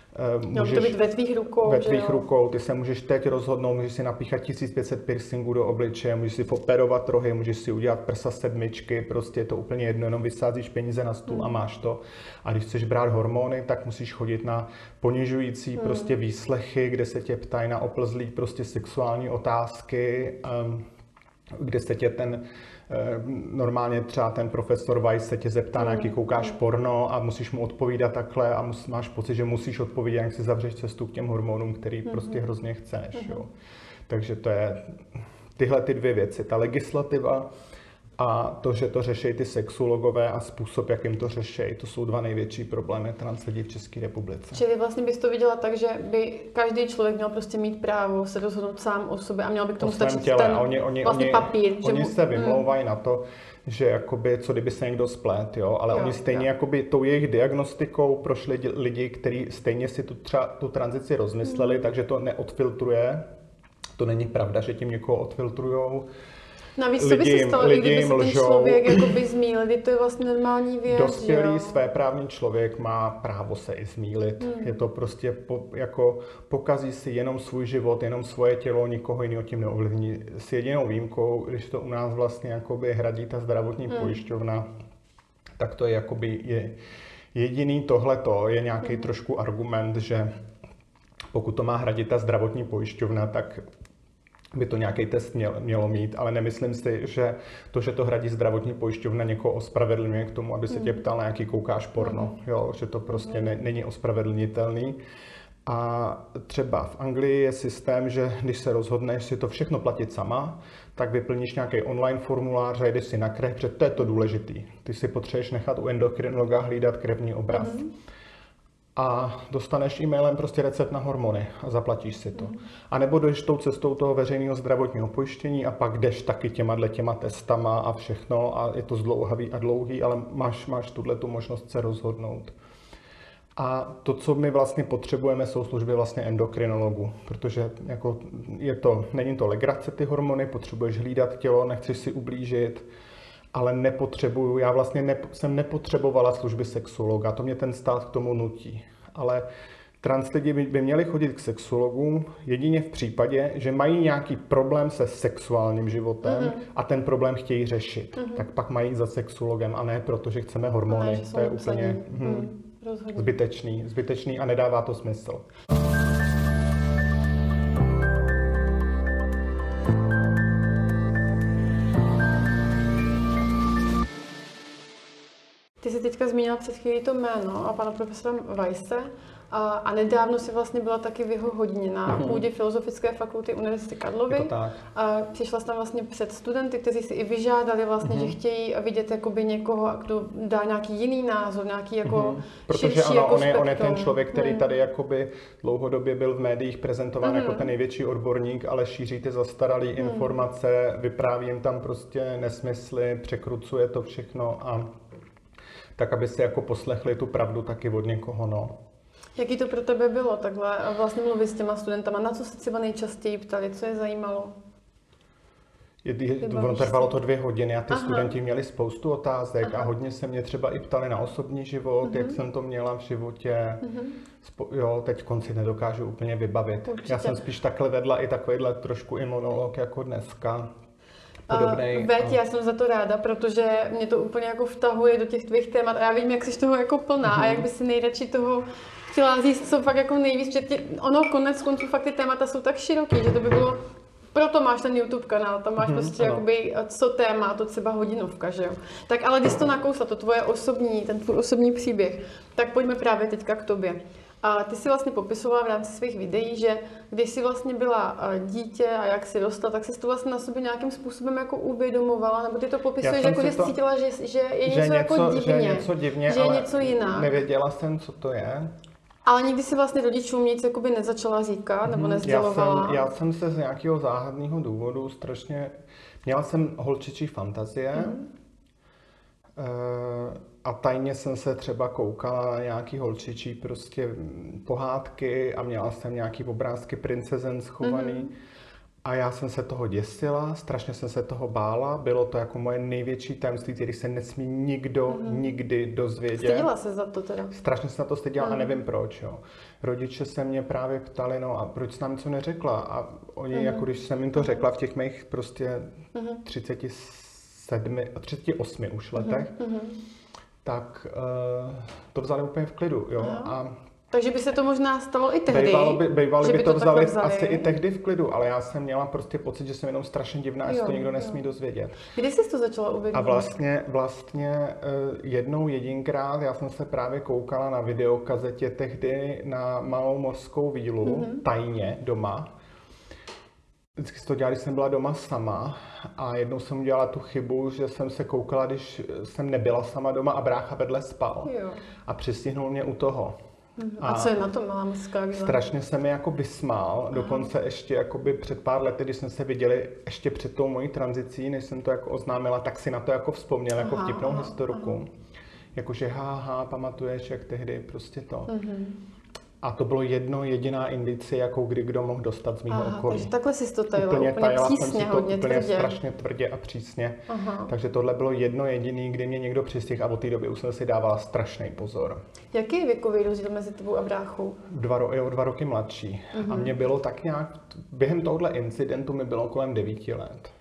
Můžeš to být ve tvých rukou. Ve tvých rukou, ty se můžeš teď rozhodnout, můžeš si napíchat 1500 piercingů do obličeje, můžeš si operovat rohy, můžeš si udělat prsa sedmičky, prostě je to úplně jedno, jenom vysázíš peníze na stůl a máš to. A když chceš brát hormony, tak musíš chodit na ponižující prostě výslechy, kde se tě ptají na oplzlý prostě sexuální otázky, kde se tě normálně třeba ten profesor Weiss se tě zeptá, na jaký koukáš porno a musíš mu odpovídat takhle a máš pocit, že musíš odpovědět, jak si zavřeš cestu k těm hormonům, který prostě hrozně chceš. Jo. Takže to je tyhle ty dvě věci, ta legislativa a to, že to řeší ty sexuologové a způsob, jakým to řeší, to jsou dva největší problémy trans lidí v České republice. Čili vlastně bys to viděla tak, že by každý člověk měl prostě mít právo se rozhodnout sám o sobě a měl by k tomu stačit ten vlastně papír. Oni se vymlouvají na to, že jakoby, co kdyby se někdo splet, jo? Ale oni stejně jakoby tou jejich diagnostikou prošli lidi, kteří stejně si tu tranzici rozmysleli, takže to neodfiltruje. To není pravda, že tím někoho odfiltrujou. Navíc co by se stalo, i kdyby se ten člověk jakoby zmýlil, kdy to je vlastně normální věc. Dospělý svéprávný člověk má právo se i zmýlit. Je to prostě jako pokazí si jenom svůj život, jenom svoje tělo, nikoho jiného tím neovlivní. S jedinou výjimkou, když to u nás vlastně jakoby hradí ta zdravotní pojišťovna, tak to je jakoby jediný tohleto je nějaký trošku argument, že pokud to má hradit ta zdravotní pojišťovna, tak by to nějaký test mělo mít, ale nemyslím si, že to hradí zdravotní pojišťovna, někoho ospravedlňuje k tomu, aby se tě ptal, na jaký koukáš porno, jo, že to prostě není ospravedlnitelný. A třeba v Anglii je systém, že když se rozhodneš si to všechno platit sama, tak vyplníš nějaký online formulář a jdeš si na krev, protože to je to důležitý. Ty si potřebuješ nechat u endokrinologa hlídat krevní obraz. A dostaneš e-mailem prostě recept na hormony a zaplatíš si to. A nebo jdeš tou cestou toho veřejného zdravotního pojištění a pak jdeš taky těma testama a všechno a je to zdlouhavý a dlouhý, ale máš tu možnost se rozhodnout. A to, co my vlastně potřebujeme, jsou služby vlastně endokrinologů, protože jako není to legrace ty hormony, potřebuješ hlídat tělo, nechceš si ublížit, ale já vlastně jsem nepotřebovala služby sexuologa, to mě ten stát k tomu nutí. Ale trans lidi by měli chodit k sexuologům jedině v případě, že mají nějaký problém se sexuálním životem a ten problém chtějí řešit. Tak pak mají za sexuologem a ne protože chceme hormony. To je úplně zbytečný a nedává to smysl. Ty jsi teďka zmínila před chvílí to jméno a pana profesora Weisse a nedávno si vlastně byla taky v jeho hodině na půdě Filozofické fakulty Univerzity Karlovy. A přišla jsi tam vlastně před studenty, kteří si i vyžádali vlastně, že chtějí vidět jakoby někoho, kdo dá nějaký jiný názor, nějaký jako protože širší ano, jako on je ten člověk, který tady jakoby dlouhodobě byl v médiích prezentován jako ten největší odborník, ale šíří ty zastaralé informace, vypráví jim tam prostě nesmysly, překrucuje to všechno a tak, aby si jako poslechli tu pravdu taky od někoho, no. Jaký to pro tebe bylo takhle vlastně mluvit s těma studentama? Na co se třeba nejčastěji ptali? Co je zajímalo? Ono trvalo to 2 hodiny a ty studenti měli spoustu otázek a hodně se mě třeba i ptali na osobní život, jak jsem to měla v životě. Jo, teď v konci nedokážu úplně vybavit. Určitě. Já jsem spíš takhle vedla i takovýhle trošku i monolog jako dneska. Já jsem za to ráda, protože mě to úplně jako vtahuje do těch tvých témat a já vím, jak jsi toho jako plná a jak by si nejradši toho chtěla říct, co fakt jako nejvíc, že ono konec konců fakt ty témata jsou tak široký, že to by bylo, proto máš ten YouTube kanál, tam máš prostě jakoby co téma, to třeba hodinovka, že jo. Tak ale když jsi to nakousla, to ten tvůj osobní příběh, tak pojďme právě teďka k tobě. A ty si vlastně popisovala v rámci svých videí, že když jsi vlastně byla dítě a jak jsi dostala, tak jsi to vlastně na sobě nějakým způsobem jako uvědomovala, nebo ty to popisuješ jako, že jsi cítila, že je něco jako divně, že je něco divně, že je něco jinak. Nevěděla jsem, co to je. Ale nikdy si vlastně rodičům nic jakoby nezačala říkat, nebo nezdělovala? Já jsem se z nějakého záhadného důvodu měla jsem holčičí fantazie, a tajně jsem se třeba koukala na nějaký holčičí prostě pohádky a měla jsem nějaký obrázky princezen schovaný. A já jsem se toho děsila, strašně jsem se toho bála, bylo to jako moje největší tajemství, který se nesmí nikdo nikdy dozvědět. Styděla se za to teda? Strašně se na to styděla a nevím proč, jo. Rodiče se mě právě ptali, no a proč jsi nám něco neřekla? A oni, jako když jsem jim to řekla v těch mých prostě 38 už letech, tak to vzali úplně v klidu, jo. A takže by se to možná stalo i tehdy, Bývali by to vzali asi i tehdy v klidu, ale já jsem měla prostě pocit, že jsem jenom strašně divná, že to nikdo nesmí dozvědět. Kdy jsi to začala uvědomit? A vlastně jednou jedinkrát, já jsem se právě koukala na videokazetě tehdy na Malou mořskou vílu, tajně doma. Vždycky to dělala, když jsem byla doma sama a jednou jsem udělala tu chybu, že jsem se koukala, když jsem nebyla sama doma a brácha vedle spal. Jo. A přistihnul mě u toho. A co je na to Malá mořská víla? Strašně se mi jako vysmál, dokonce ještě jakoby před pár lety, když jsme se viděli ještě před tou mojí tranzicí, než jsem to jako oznámila, tak si na to jako vzpomněl, jako vtipnou historku. Jakože pamatuješ, jak tehdy prostě to. A to bylo jediná indicie, jakou kdo mohl dostat z mého okolí. Takže takhle si to tajila, úplně přísně, hodně tvrdě. Strašně tvrdě a přísně. Takže tohle bylo jedno jediný, kdy mě někdo přistihl a od té doby už jsem si dávala strašný pozor. Jaký je věkový rozdíl mezi tebou a bráchou? 2 roky mladší. A mě bylo tak nějak, během tohohle incidentu mi bylo kolem 9 let.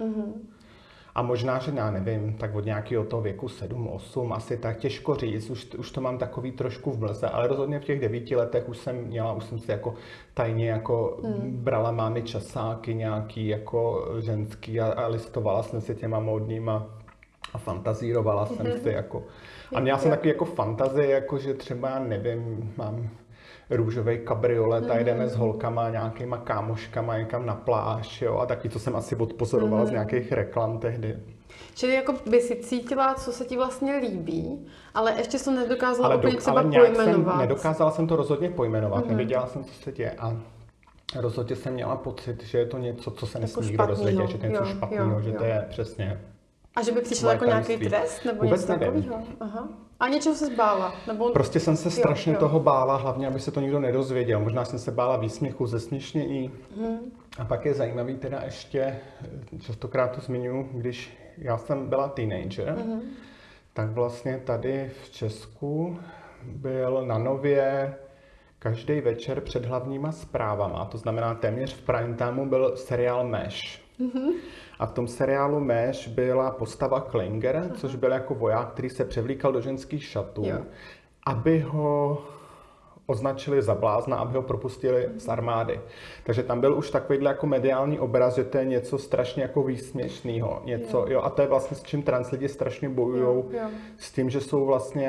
A možná, že já nevím, tak od nějakého toho věku 7, 8, asi tak těžko říct, už to mám takový trošku v mlze, ale rozhodně v těch 9 letech už jsem si jako tajně jako brala mámy časáky nějaký jako ženský a listovala jsem si těma módníma a fantazírovala jsem si jako. A měla jsem takový jako fantazie, jako že třeba, já nevím, mám růžový kabriolet a jdeme s holkama, nějakýma kámoškama někam na pláž, jo, a taky to jsem asi odpozorovala z nějakých reklam tehdy. Čili jako by si cítila, co se ti vlastně líbí, ale ještě jsem nedokázala úplně třeba pojmenovat. Nedokázala jsem to rozhodně pojmenovat, nevěděla jsem, co se děje a rozhodně jsem měla pocit, že je to něco, co se nesmí nikdo dozvědět, že to je něco špatného, že to je přesně. A že by přišel jako nějaký trest nebo něco takového? A něčeho se zbála? Nebo... Prostě jsem se strašně toho bála, hlavně, aby se to nikdo nedozvěděl. Možná jsem se bála výsměchu, zesměšnění. A pak je zajímavý teda ještě, častokrát to zmiňuji, když já jsem byla teenager, tak vlastně tady v Česku byl na Nově každý večer před hlavníma zprávama. To znamená téměř v prime timeu byl seriál Mesh. A v tom seriálu Mesh byla postava Klinger, což byl jako voják, který se převlíkal do ženských šatů, aby ho označili za blázna, aby ho propustili z armády. Takže tam byl už takovýhle jako mediální obraz, že to je něco strašně jako výsměšného. A to je vlastně s čím trans lidi strašně bojujou, s tím, že jsou vlastně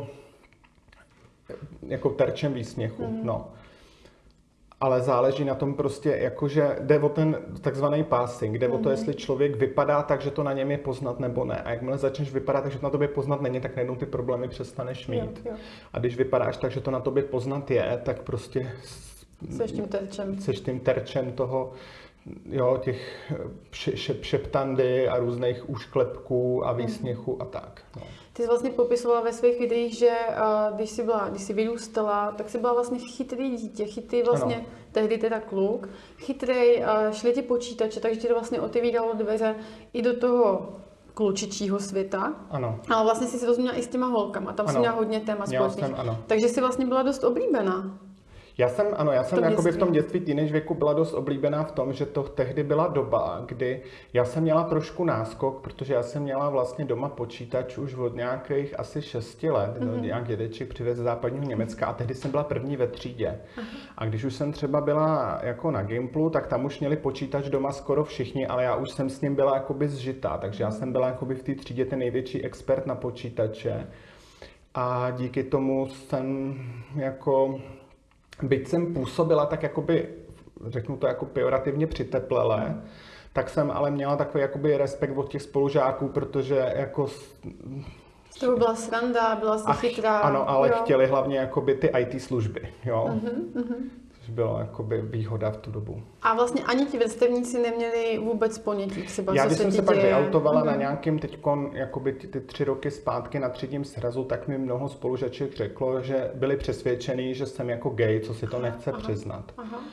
jako terčem výsměchu. No. Ale záleží na tom prostě, jakože jde o ten takzvaný passing, jde o to, jestli člověk vypadá tak, že to na něm je poznat nebo ne. A jakmile začneš vypadat tak, že to na tobě poznat není, tak najednou ty problémy přestaneš mít. A když vypadáš tak, že to na tobě poznat je, tak prostě seš tím terčem toho, těch šeptandy a různých úšklepků a výsměchů a tak. No. Ty jsi vlastně popisovala ve svých videích, že když jsi vyrůstala, tak jsi byla vlastně chytrý dítě, chytrý vlastně, tehdy teda kluk, chytrej, šli ti počítače, takže ti to vlastně otevíralo dveře i do toho klučičího světa. Ano. Ale vlastně jsi se to změnila i s těma holkama, tam jsi měla hodně téma společných. Takže jsi vlastně byla dost oblíbená. Já jsem jakoby v tom dětství teenage věku byla dost oblíbená v tom, že to tehdy byla doba, kdy já jsem měla trošku náskok, protože já jsem měla vlastně doma počítač už od nějakých asi 6 let, nějak dědeček přivez z západního Německa a tehdy jsem byla první ve třídě. A když už jsem třeba byla jako na Gimplu, tak tam už měli počítač doma skoro všichni, ale já už jsem s ním byla jakoby zžitá, takže já jsem byla jakoby v té třídě ten největší expert na počítače a díky tomu jsem jako... Byť jsem působila tak jakoby, řeknu to jako pejorativně přiteplele, tak jsem ale měla takový jakoby respekt od těch spolužáků, protože jako... To byla sranda, byla jsi chytrá. Ano, ale chtěli hlavně jakoby ty IT služby, jo. Což bylo jakoby výhoda v tu dobu. A vlastně ani ti vrstevníci neměli vůbec ponětí třeba, já, co když se jsem ti se děje. pak vyautovala na nějakým teďkon, jakoby ty 3 roky zpátky na třídním srazu, tak mi mnoho spolužaček řeklo, že byli přesvědčení, že jsem jako gay, co si to nechce přiznat.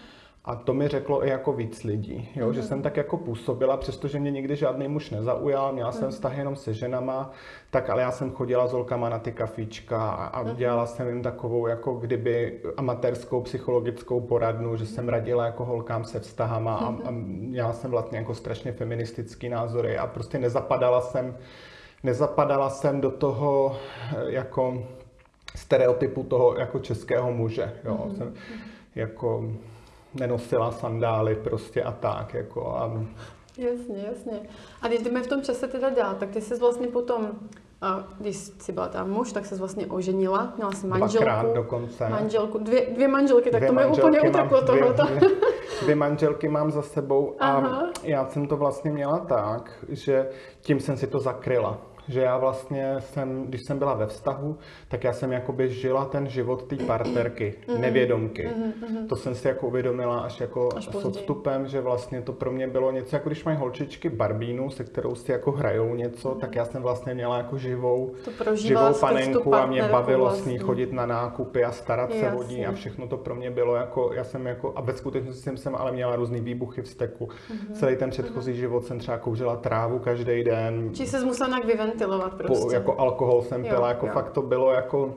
A to mi řeklo i jako víc lidí, jo? Že jsem tak jako působila, přestože mě nikdy žádný muž nezaujal, měla jsem vztah jenom se ženama, tak ale já jsem chodila s holkama na ty kafíčka a dělala jsem jim takovou jako kdyby amatérskou psychologickou poradnu, že jsem radila jako holkám se vztahama a měla jsem vlastně jako strašně feministický názory a prostě nezapadala jsem do toho jako stereotypu toho jako českého muže, jo? Jsem jako nenosila sandály prostě a tak, jako a... Jasně, jasně. A když jdeme v tom čase teda dál, tak ty jsi vlastně potom, když jsi byla tam muž, tak jsi vlastně oženila, měla jsi manželku. Dvakrát dokonce. Manželku, dvě manželky, tak to mi úplně uteklo tohleto. Dvě manželky mám za sebou a já jsem to vlastně měla tak, že tím jsem si to zakryla. Že já vlastně když jsem byla ve vztahu, tak já jsem jakoby žila ten život té partnerky, nevědomky. To jsem si jako uvědomila až s odstupem, že vlastně to pro mě bylo něco, jako když mají holčičky barbínu, se kterou si jako hrajou něco, tak já jsem vlastně měla jako živou panenku a mě bavilo vlastně s ní chodit na nákupy a starat se o ní a všechno to pro mě bylo jako, já jsem jako, a ve skutečnosti jsem ale měla různý výbuchy vzteku. Celý ten předchozí život jsem třeba kouřila trávu každý den. Či se musela nějak vyventilovat prostě. Jako alkohol jsem pila, jako fakt to bylo jako...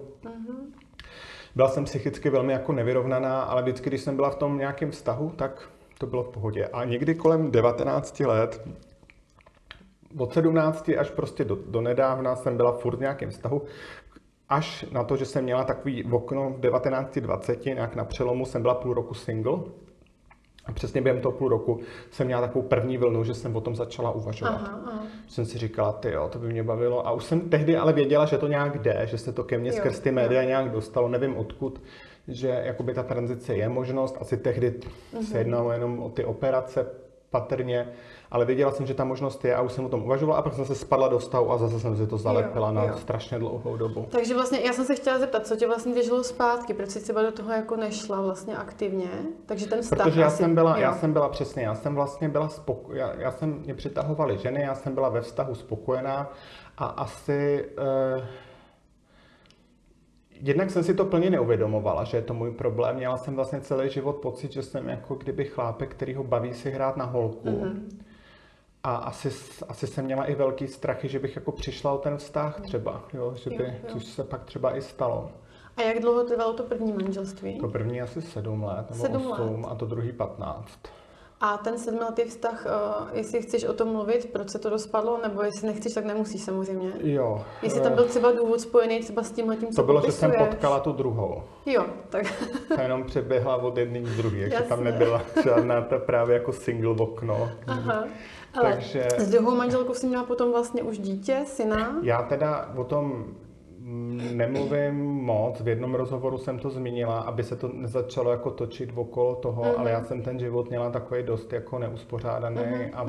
Byla jsem psychicky velmi jako nevyrovnaná, ale vždycky, když jsem byla v tom nějakém vztahu, tak to bylo v pohodě. A někdy kolem 19 let, od 17 až prostě do nedávna jsem byla furt v nějakém vztahu, až na to, že jsem měla takový okno v 19-20, nějak na přelomu jsem byla půl roku single. A přesně během toho půl roku jsem měla takovou první vlnu, že jsem o tom začala uvažovat. Jsem si říkala, to by mě bavilo. A už jsem tehdy ale věděla, že to nějak jde, že se to ke mně skrz ty média nějak dostalo, nevím odkud, že jakoby ta tranzice je možnost. Asi tehdy se jednalo jenom o ty operace patrně, ale věděla jsem, že ta možnost je a už jsem o tom uvažovala a pak jsem se spadla do vztahu a zase jsem si to zalepila na strašně dlouhou dobu. Takže vlastně já jsem se chtěla zeptat, co tě vlastně drželo zpátky, proč jsi třeba do toho jako nešla vlastně aktivně, takže ten vztah. Protože já jsem byla přesně, já jsem vlastně byla mě přitahovaly ženy, já jsem byla ve vztahu spokojená a asi jednak jsem si to plně neuvědomovala, že je to můj problém. Měla jsem vlastně celý život pocit, že jsem jako kdyby chlápek, který ho baví si hrát na holku. A asi jsem měla i velký strachy, že bych jako přišla o ten vztah třeba, což se pak třeba i stalo. A jak dlouho trvalo to první manželství? To první asi 7 let nebo 8 a to druhý 15. A ten 7letý vztah, jestli chceš o tom mluvit, proč se to rozpadlo, nebo jestli nechceš, tak nemusíš samozřejmě. Jo. Jestli tam byl třeba důvod spojený třeba s tímhletím, co to bylo, popisuješ. Že jsem potkala tu druhou. Jo, tak. Ta jenom přeběhla od jedné k druhé, takže tam nebyla žádná ta právě jako single okno. Takže... S druhou manželkou jsi měla potom vlastně už dítě, syna? Já teda o tom nemluvím moc, v jednom rozhovoru jsem to zmínila, aby se to nezačalo jako točit okolo toho, ale já jsem ten život měla takový dost jako neuspořádaný a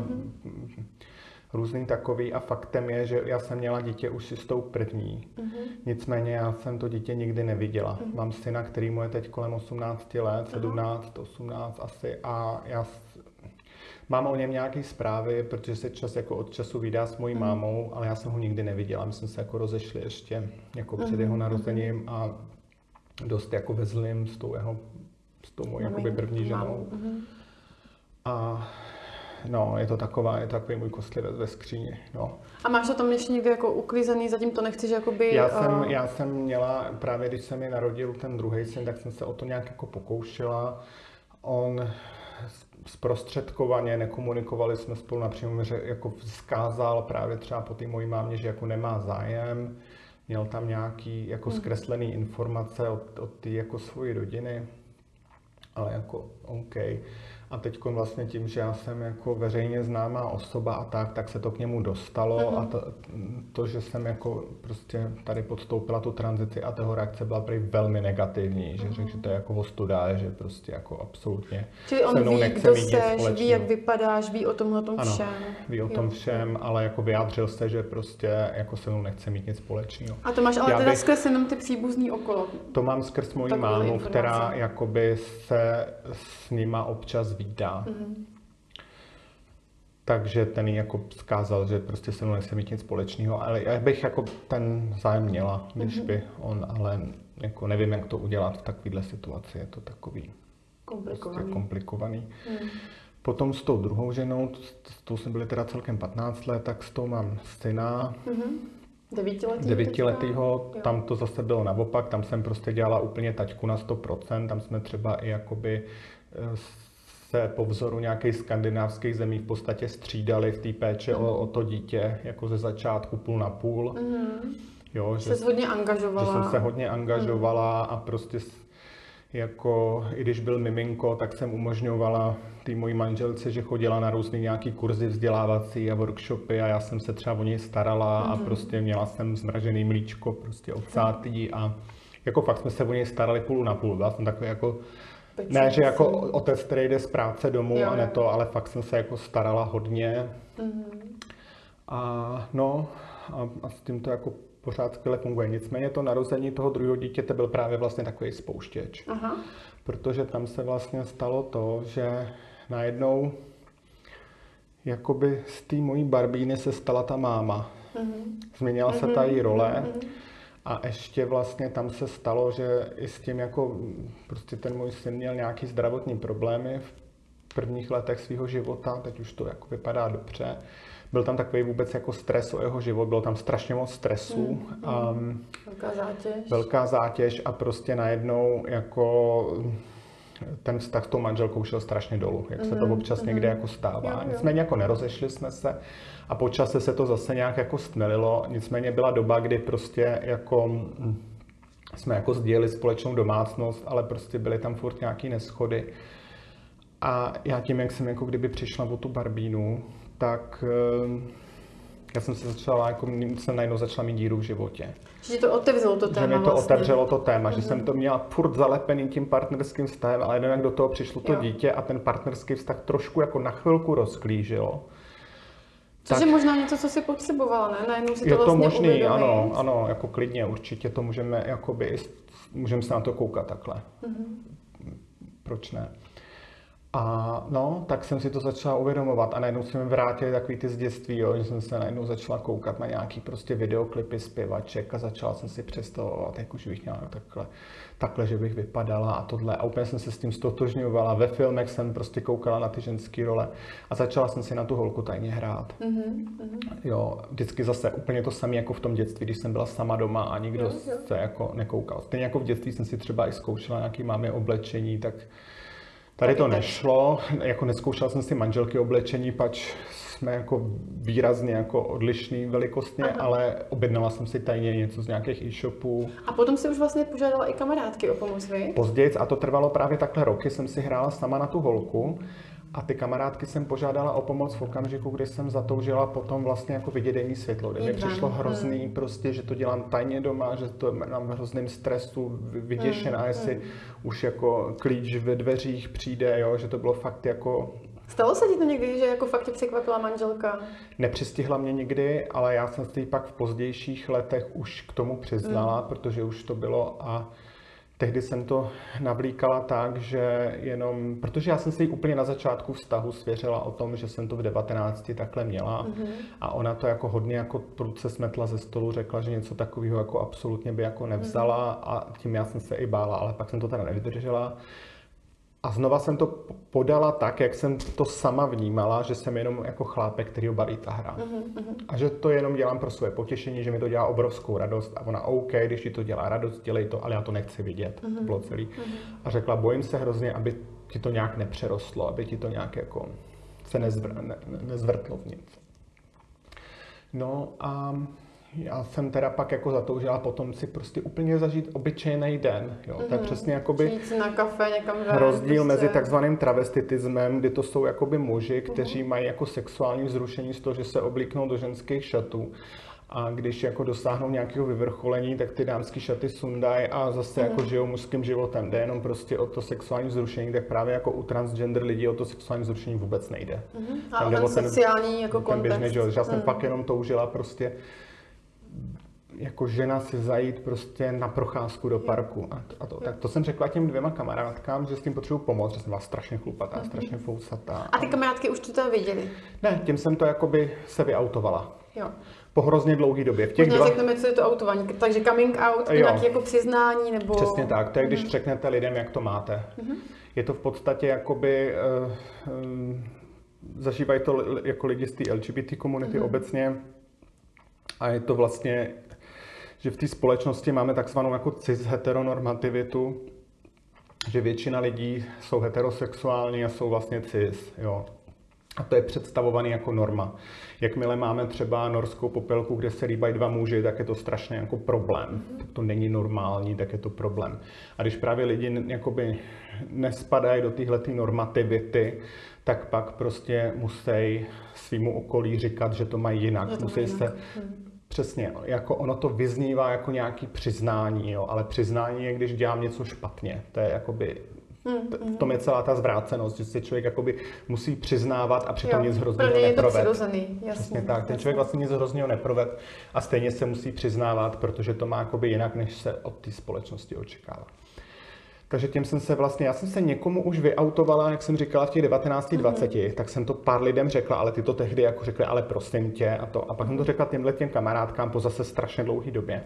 různý takový a faktem je, že já jsem měla dítě už s tou první. Nicméně já jsem to dítě nikdy neviděla. Mám syna, který mu je teď kolem 18 let, 17, 18 asi a já mám o něm nějaké zprávy, protože se čas jako od času vídá s mojí mámou, ale já jsem ho nikdy neviděla. My jsme se jako rozešli ještě jako před jeho narozením a dost jako ve zlým s tou mojí jakoby první ženou. A no, je to takový můj kostlivec ve skříni, no. A máš to tam ještě někde jako uklízený, zatím to nechceš jakoby... Já jsem měla, právě když se mi narodil ten druhý syn, tak jsem se o to nějak jako pokoušela. On zprostředkovaně, nekomunikovali jsme spolu napřímo, že jako vzkázal právě třeba po té mojí mámě, že jako nemá zájem, měl tam nějaký jako zkreslený informace od té jako svojí rodiny, ale jako OK. A teď vlastně tím, že já jsem jako veřejně známá osoba a tak se to k němu dostalo a to, že jsem jako prostě tady podstoupila tu tranzici a jeho reakce byla prý velmi negativní, že řekl, že to je jako ostuda, že prostě jako absolutně čili on ví, kdo seš, ví, jak vypadáš, ví o tomhletom všem. Ano, ví o tom všem, ale jako vyjádřil se, že prostě jako se mnou nechce mít nic společného. A to máš ale teda skrz jenom ty příbuzný okolo. To mám skrz mojí mámu, která jakoby se s nima občas vídá. Takže ten jí jako vzkázal, že prostě se mnou nechce mít nic společného, ale já bych jako ten zájem měla, když by on, ale jako nevím, jak to udělat v takovéhle situaci, je to takový komplikovaný. Potom s tou druhou ženou, s tou jsme byli teda celkem 15 let, tak s tou mám syna. 9letýho, tam to zase bylo naopak, tam jsem prostě dělala úplně taťku na 100%, tam jsme třeba i jakoby se po vzoru nějakých skandinávských zemí v podstatě střídali v té péči o to dítě, jako ze začátku půl na půl. Jo, že hodně angažovala. Že jsem se hodně angažovala a prostě jako, i když byl miminko, tak jsem umožňovala té mojí manželce, že chodila na různý nějaký kurzy vzdělávací a workshopy a já jsem se třeba o něj starala a prostě měla jsem zmražený mlíčko prostě odsátý a jako fakt jsme se o něj starali půl na půl. Byla jsem takový jako, ne, že jako otec, který jde z práce domů a ne to, ale fakt jsem se jako starala hodně. A no, a s tím to jako pořád skvěle funguje. Nicméně to narození toho druhého dítěte byl právě vlastně takový spouštěč. Protože tam se vlastně stalo to, že najednou jakoby z té mojí Barbíny se stala ta máma. Změnila se ta její role a ještě vlastně tam se stalo, že i s tím jako prostě ten můj syn měl nějaký zdravotní problémy v prvních letech svého života, teď už to jako vypadá dobře. Byl tam takový vůbec jako stres o jeho život, bylo tam strašně moc stresu. Velká zátěž a prostě najednou jako ten vztah s tou manželkou šel strašně dolů, jak se to občas někde jako stává. Nicméně jako nerozešli jsme se a po čase se to zase nějak jako stmelilo. Nicméně byla doba, kdy prostě jako jsme jako sdíleli společnou domácnost, ale prostě byly tam furt nějaký neshody. A já tím, jak jsem jako kdyby přišla o tu Barbínu, tak já jsem se začala, jako jsem najednou začala mít díru v životě. Že to otevřelo to téma. Že mi to otevřelo to téma, že jsem to měla furt zalepený tím partnerským vztahem, ale jenom jak do toho přišlo to dítě a ten partnerský vztah trošku jako na chvilku rozklížilo. Což je možná něco, co si potřebovala, ne? Najednou si to je vlastně to možný, uvědomí. ano, jako klidně, určitě to můžeme se na to koukat takhle. Proč ne? A no, tak jsem si to začala uvědomovat a najednou se mi vrátily takový ty z dětství, že jsem se najednou začala koukat na nějaký prostě videoklipy zpěvaček a začala jsem si představovat, jak už bych měla takhle, že bych vypadala a tohle. A úplně jsem se s tím stotožňovala. Ve filmech jsem prostě koukala na ty ženské role a začala jsem si na tu holku tajně hrát. Jo, vždycky zase úplně to samé jako v tom dětství, když jsem byla sama doma a nikdo se jako nekoukal. Stejně jako v dětství jsem si třeba i zkoušela nějaký mámě oblečení, tak tady to nešlo, jako neskoušel jsem si manželky oblečení, pač jsme jako výrazně jako odlišný velikostně, ale objednala jsem si tajně něco z nějakých e-shopů. A potom si už vlastně požádala i kamarádky o pomoc, vy? Později, a to trvalo právě takhle roky, jsem si hrála sama na tu holku a ty kamarádky jsem požádala o pomoc v okamžiku, kdy jsem zatoužila potom vlastně jako vidět denní světlo, kdy mi přišlo hrozný prostě, že to dělám tajně doma, že to mám v hrozným stresu, vyděšená, jestli už jako klíč ve dveřích přijde, jo, že to bylo fakt jako... Stalo se ti to někdy, že jako fakt tě překvapila manželka? Nepřistihla mě nikdy, ale já jsem si pak v pozdějších letech už k tomu přiznala, protože už to bylo a tehdy jsem to navlíkala tak, že jenom, protože já jsem si ji úplně na začátku vztahu svěřila o tom, že jsem to v 19 takhle měla a ona to jako hodně jako prudce smetla ze stolu, řekla, že něco takového jako absolutně by jako nevzala a tím já jsem se i bála, ale pak jsem to teda nevydržela. A znova jsem to podala tak, jak jsem to sama vnímala, že jsem jenom jako chlápek, který ho baví ta hra. A že to jenom dělám pro své potěšení, že mi to dělá obrovskou radost. A ona, OK, když ti to dělá radost, dělej to, ale já to nechci vidět. To bylo celý. A řekla, bojím se hrozně, aby ti to nějak nepřerostlo, aby ti to nějak jako se nezvrtlo v nic. No a já jsem teda pak jako zatoužila potom si prostě úplně zažít obyčejný den. Jo. To je přesně jakoby jít na kafe, někam ven, rozdíl mezi takzvaným travestitismem, kdy to jsou jakoby muži, kteří mají jako sexuální vzrušení z toho, že se oblíknou do ženských šatů. A když jako dosáhnou nějakého vyvrcholení, tak ty dámský šaty sundají a zase jako žijou mužským životem. Jde jenom prostě o to sexuální vzrušení, tak právě jako u transgender lidí o to sexuální vzrušení vůbec nejde. A ten sociální jako kontext. Já jsem pak jenom toužila prostě jako žena si zajít prostě na procházku do parku. Tak to jsem řekla těm 2 kamarádkám, že s tím potřebuji pomoct, že jsem byla strašně chlupatá, strašně fousatá. A ty kamarádky už to tam viděli? Ne, tím jsem to jakoby se vyautovala. Jo. Po hrozně dlouhé době. Možná řekneme, co je to autování, takže coming out, nějaké jako přiznání nebo... Přesně tak, to je, když řeknete lidem, jak to máte. je to v podstatě jakoby, zažívají to jako lidi z té LGBT komunity obecně a je to vlastně, že v té společnosti máme takzvanou jako cis-heteronormativitu, že většina lidí jsou heterosexuální a jsou vlastně cis, jo. A to je představovaný jako norma. Jakmile máme třeba norskou popelku, kde se líbají dva muži, tak je to strašně jako problém. To není normální, tak je to problém. A když právě lidi jakoby nespadají do téhletý normativity, tak pak prostě musí svýmu okolí říkat, že to mají jinak. Musí se přesně, jako ono to vyznívá jako nějaký přiznání, jo, ale přiznání je, když dělám něco špatně. To je jakoby, v tom je celá ta zvrácenost, že se člověk jakoby musí přiznávat a přitom nic hroznýho neproved. Přesně tak, ten člověk vlastně nic hroznýho neproved a stejně se musí přiznávat, protože to má jakoby jinak, než se od té společnosti očekává. Takže tím jsem se vlastně, já jsem se někomu už vyautovala, jak jsem říkala, v těch 19-20, tak jsem to pár lidem řekla, ale ty to tehdy jako řekli, ale prosím tě a to. A pak jsem to řekla těm kamarádkám po zase strašně dlouhé době.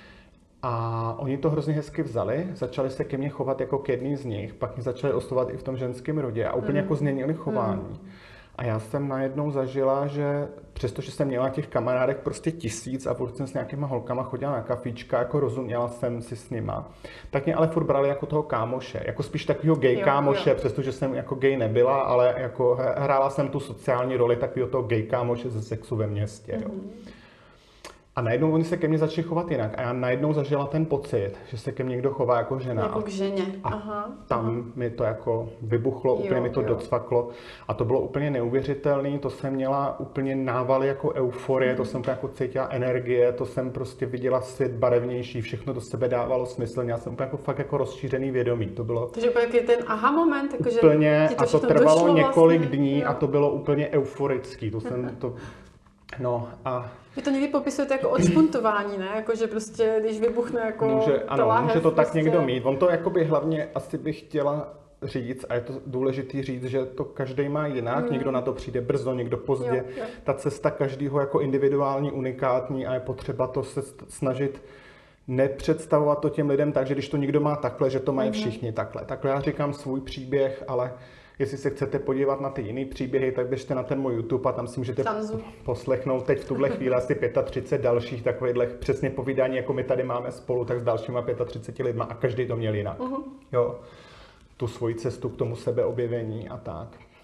A oni to hrozně hezky vzali, začali se ke mně chovat jako k jedný z nich, pak mě začali oslovovat i v tom ženském rodě a úplně jako změnili chování. A já jsem najednou zažila, že přestože jsem měla těch kamarádek prostě 1000 a furt jsem s nějakýma holkama chodila na kafíčka, jako rozuměla jsem si s nima, tak mě ale furt brali jako toho kámoše, jako spíš takového gay kámoše, přestože jsem jako gay nebyla, ale jako hrála jsem tu sociální roli takového toho gay kámoše ze Sexu ve městě. Jo. A najednou oni se ke mně začali chovat jinak a já najednou zažila ten pocit, že se ke mně někdo chová jako žena. Jako k ženě. A tam mi to jako vybuchlo, úplně mi to docvaklo a to bylo úplně neuvěřitelné, to jsem měla úplně návaly jako euforie, to jsem jako cítila energie, to jsem prostě viděla svět barevnější, všechno do sebe dávalo smysl, já jsem úplně jako fakt jako rozšířený vědomí, to bylo. Takže úplně ten aha moment, jako úplně, že to a to trvalo několik vlastně, dní a to bylo úplně euforický, to jsem to. No a vy to někdy popisujete jako odšpuntování, ne? Jako, že prostě, když vybuchne jako může to tak někdo mít. On to jakoby hlavně asi bych chtěla říct, a je to důležitý říct, že to každý má jinak, někdo na to přijde brzo, někdo pozdě. Jo. Ta cesta každého jako individuální, unikátní a je potřeba to se snažit nepředstavovat to těm lidem tak, že když to někdo má takhle, že to mají všichni takhle. Takhle já říkám svůj příběh, ale jestli se chcete podívat na ty jiný příběhy, tak běžte na ten můj YouTube a tam si můžete poslechnout teď v tuhle chvíli asi 35 dalších takovýchhle přesně povídání, jako my tady máme spolu, tak s dalšíma 35 lidma a každý to měl jinak. Jo, tu svoji cestu k tomu sebeobjevení a tak.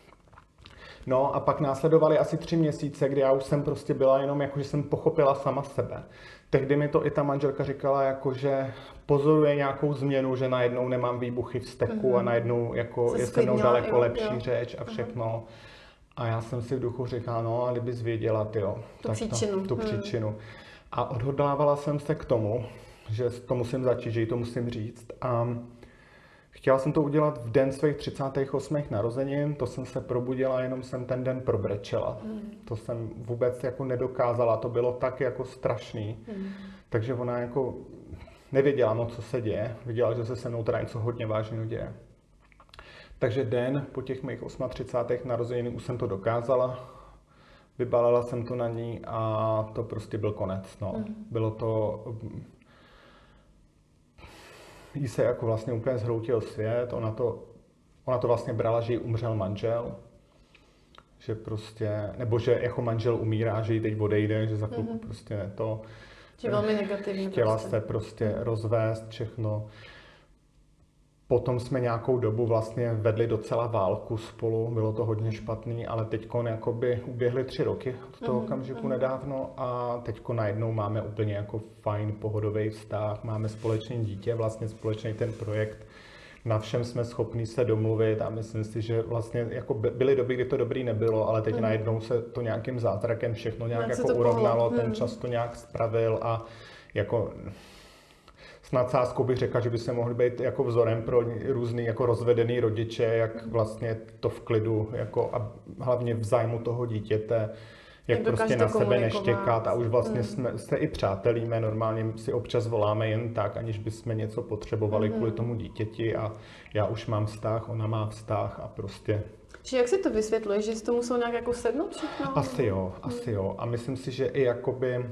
No a pak následovaly asi 3 měsíce, kdy já už jsem prostě byla jenom jako, že jsem pochopila sama sebe. Tehdy mi to i ta manželka říkala, jako, že pozoruje nějakou změnu, že najednou nemám výbuchy vzteku a najednou jako je se mnou daleko lepší řeč a všechno. A já jsem si v duchu říkala, no a kdybys věděla, tu příčinu. A odhodlávala jsem se k tomu, že to musím začít, že jí to musím říct. A chtěla jsem to udělat v den svých 38. narozenin, to jsem se probudila, jenom jsem ten den probrečela. To jsem vůbec jako nedokázala, to bylo tak jako strašný. Takže ona jako nevěděla moc, co se děje, viděla, že se mnou teda něco hodně vážného děje. Takže den po těch mých 38. narozenin už jsem to dokázala, vybalila jsem to na ní a to prostě byl konec. No. Bylo to... Jí se jako vlastně úplně zhroutil svět, ona to vlastně brala, že jí umřel manžel, že prostě, nebo že jako manžel umírá, že jí teď odejde, že za chvilku prostě to. Že velmi negativní. Chtěla se prostě rozvést všechno. Potom jsme nějakou dobu vlastně vedli docela válku spolu, bylo to hodně špatný, ale teďko jakoby uběhly 3 roky od toho okamžiku nedávno a teďko najednou máme úplně jako fajn pohodový vztah, máme společné dítě, vlastně společný ten projekt, na všem jsme schopní se domluvit a myslím si, že vlastně jako byly doby, kdy to dobrý nebylo, ale teď najednou se to nějakým zázrakem všechno nějak jako urovnalo, ten čas to nějak spravil a jako... S nadsázkou bych řekla, že by se mohli být jako vzorem pro různý jako rozvedený rodiče, jak vlastně to v klidu jako a hlavně v zájmu toho dítěte, jak prostě na sebe neštěkat a už vlastně se i přátelíme, normálně si občas voláme jen tak, aniž bychom něco potřebovali kvůli tomu dítěti a já už mám vztah, ona má vztah a prostě... Čiže jak si to vysvětluješ, že jsi to musel nějak jako sednout všechno? Asi jo a myslím si, že i jakoby...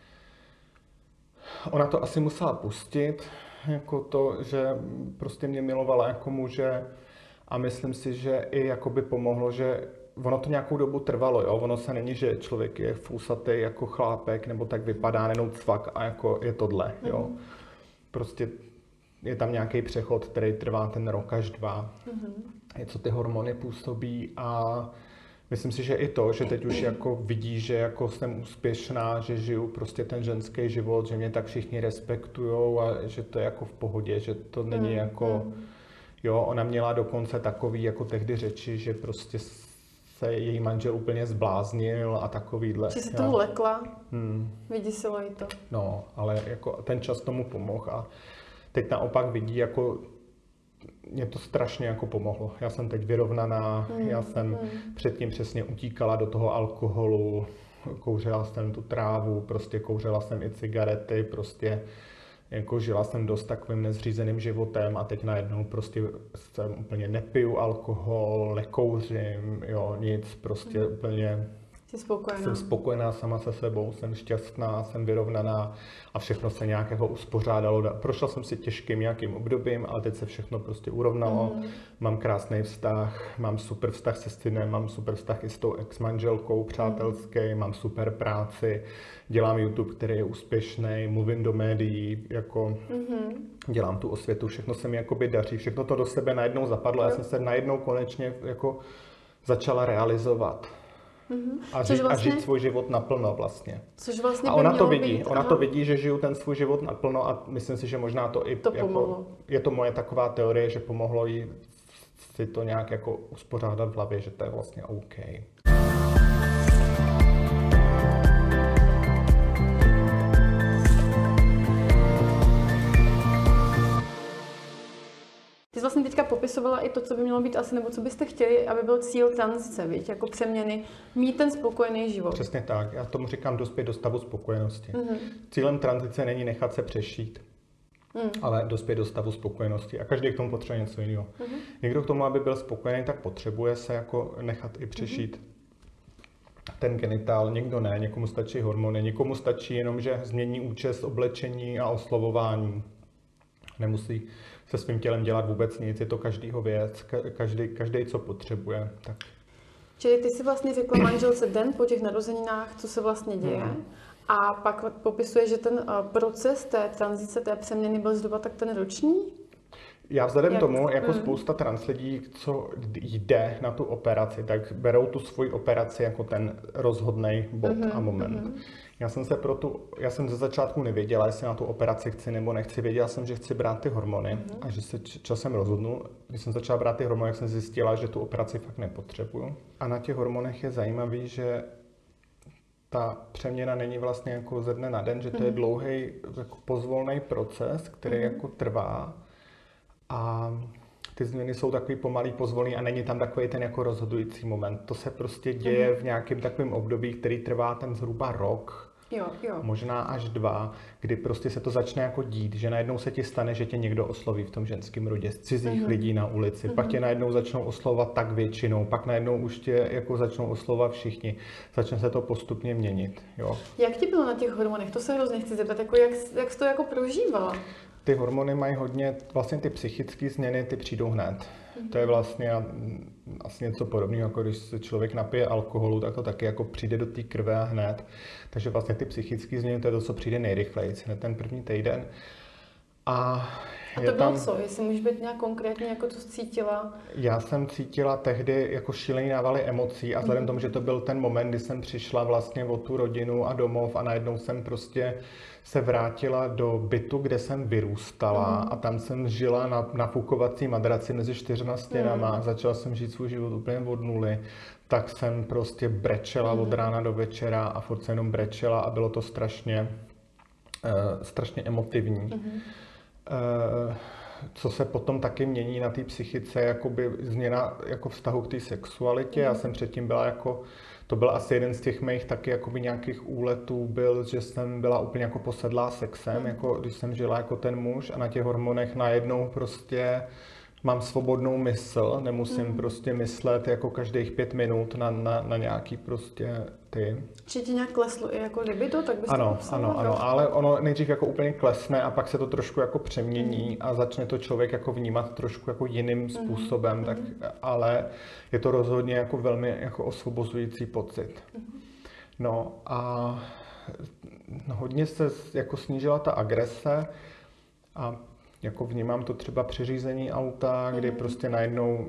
Ona to asi musela pustit, jako to, že prostě mě milovala jako muže A myslím si, že i jakoby pomohlo, že ono to nějakou dobu trvalo, jo? Ono se není, že člověk je fousatý jako chlápek, nebo tak vypadá, jenom cvak a jako je tohle, jo. Prostě je tam nějaký přechod, který trvá ten rok až 2. Je, co ty hormony působí a myslím si, že i to, že teď už jako vidí, že jako jsem úspěšná, že žiju prostě ten ženský život, že mě tak všichni respektujou a že to je jako v pohodě, že to není jako, jo, ona měla dokonce takový jako tehdy řeči, že prostě se její manžel úplně zbláznil a takovýhle. Či se tomu lekla, vyděsilo jí to. No, ale jako ten čas tomu pomohl a teď naopak vidí, jako mě to strašně jako pomohlo. Já jsem teď vyrovnaná, já jsem předtím přesně utíkala do toho alkoholu, kouřila jsem tu trávu, prostě kouřila jsem i cigarety, prostě jako žila jsem dost takovým nezřízeným životem a teď najednou prostě jsem úplně nepiju alkohol, nekouřím, jo, nic, prostě úplně jsem spokojená sama se sebou, jsem šťastná, jsem vyrovnaná a všechno se nějakého uspořádalo. Prošla jsem si těžkým nějakým obdobím, ale teď se všechno prostě urovnalo. Mám krásný vztah, mám super vztah se synem, mám super vztah i s tou ex-manželkou přátelský, mám super práci, dělám YouTube, který je úspěšný, mluvím do médií, jako dělám tu osvětu, všechno se mi jakoby daří, všechno to do sebe najednou zapadlo, já jsem se najednou konečně jako začala realizovat. A žít svůj život naplno vlastně. Což vlastně a ona to vidí, ona to vidí, že žiju ten svůj život naplno a myslím si, že možná to i to jako, je to moje taková teorie, že pomohlo jí si to nějak jako uspořádat v hlavě, že to je vlastně OK. Ty jsi vlastně teďka popisovala i to, co by mělo být asi, nebo co byste chtěli, aby byl cíl tranzice, viď? Jako přeměny, mít ten spokojený život. Přesně tak, já tomu říkám dospět do stavu spokojenosti. Cílem tranzice není nechat se přešít, ale dospět do stavu spokojenosti a každý k tomu potřebuje něco jiného. Někdo k tomu, aby byl spokojený, tak potřebuje se jako nechat i přešít ten genitál, někdo ne, někomu stačí hormony, někomu stačí jenom, že změní účes, oblečení a oslovování. Nemusí se svým tělem dělat vůbec nic, je to každýho věc, každý co potřebuje. Tak. Čili ty si vlastně řekla manželce den po těch narozeninách, co se vlastně děje, a pak popisuje, že ten proces té tranzice, té přeměny byl zhruba tak ten roční? Já vzhledem tomu, jako spousta trans lidí, co jde na tu operaci, tak berou tu svoji operaci jako ten rozhodný bod a moment. Já jsem ze začátku nevěděla, jestli na tu operaci chci nebo nechci. Věděla jsem, že chci brát ty hormony a že se časem rozhodnu. Když jsem začala brát ty hormony, tak jsem zjistila, že tu operaci fakt nepotřebuju. A na těch hormonech je zajímavý, že ta přeměna není vlastně jako ze dne na den, že to je dlouhý jako pozvolný proces, který jako trvá. A ty změny jsou takový pomalý, pozvolný a není tam takový ten jako rozhodující moment. To se prostě děje v nějakém takovém období, který trvá ten zhruba rok, možná až 2, kdy prostě se to začne jako dít, že najednou se ti stane, že tě někdo osloví v tom ženském rodě z cizích lidí na ulici, pak tě najednou začnou oslovovat tak většinou, pak najednou už tě jako začnou oslovovat všichni. Začne se to postupně měnit. Jo. Jak ti bylo na těch hormonech? To se hrozně chci zeptat, jako jak jsi to jako prožívala? Ty hormony mají hodně, vlastně ty psychické změny, ty přijdou hned. To je vlastně asi něco podobného, jako když se člověk napije alkoholu, tak to taky jako přijde do té krve a hned. Takže vlastně ty psychické změny, to je to, co přijde nejrychleji, hned ten první týden. A to bylo tam, co? Jestli můžeš být nějak konkrétně, jako to cítila? Já jsem cítila tehdy jako šílený návaly emocí a vzhledem tomu, že to byl ten moment, kdy jsem přišla vlastně o tu rodinu a domov a najednou jsem prostě se vrátila do bytu, kde jsem vyrůstala a tam jsem žila na nafukovací madraci mezi 4 stěnama. Začala jsem žít svůj život úplně od nuly. Tak jsem prostě brečela od rána do večera a furt se jenom brečela a bylo to strašně emotivní. Co se potom taky mění na té psychice, jakoby změna jako vztahu k té sexualitě. Já jsem předtím byla jako, to byl asi jeden z těch mých taky jakoby nějakých úletů byl, že jsem byla úplně jako posedlá sexem, jako když jsem žila jako ten muž a na těch hormonech najednou prostě mám svobodnou mysl, nemusím prostě myslet jako každých 5 minut na nějaký prostě ty... Či ti nějak kleslo i jako libido, tak bys to popsala? Ano, ale ono nejdřív jako úplně klesne a pak se to trošku jako přemění a začne to člověk jako vnímat trošku jako jiným způsobem, tak, ale je to rozhodně jako velmi jako osvobozující pocit. No a hodně se jako snížila ta agrese a jako vnímám to třeba při řízení auta, kdy prostě najednou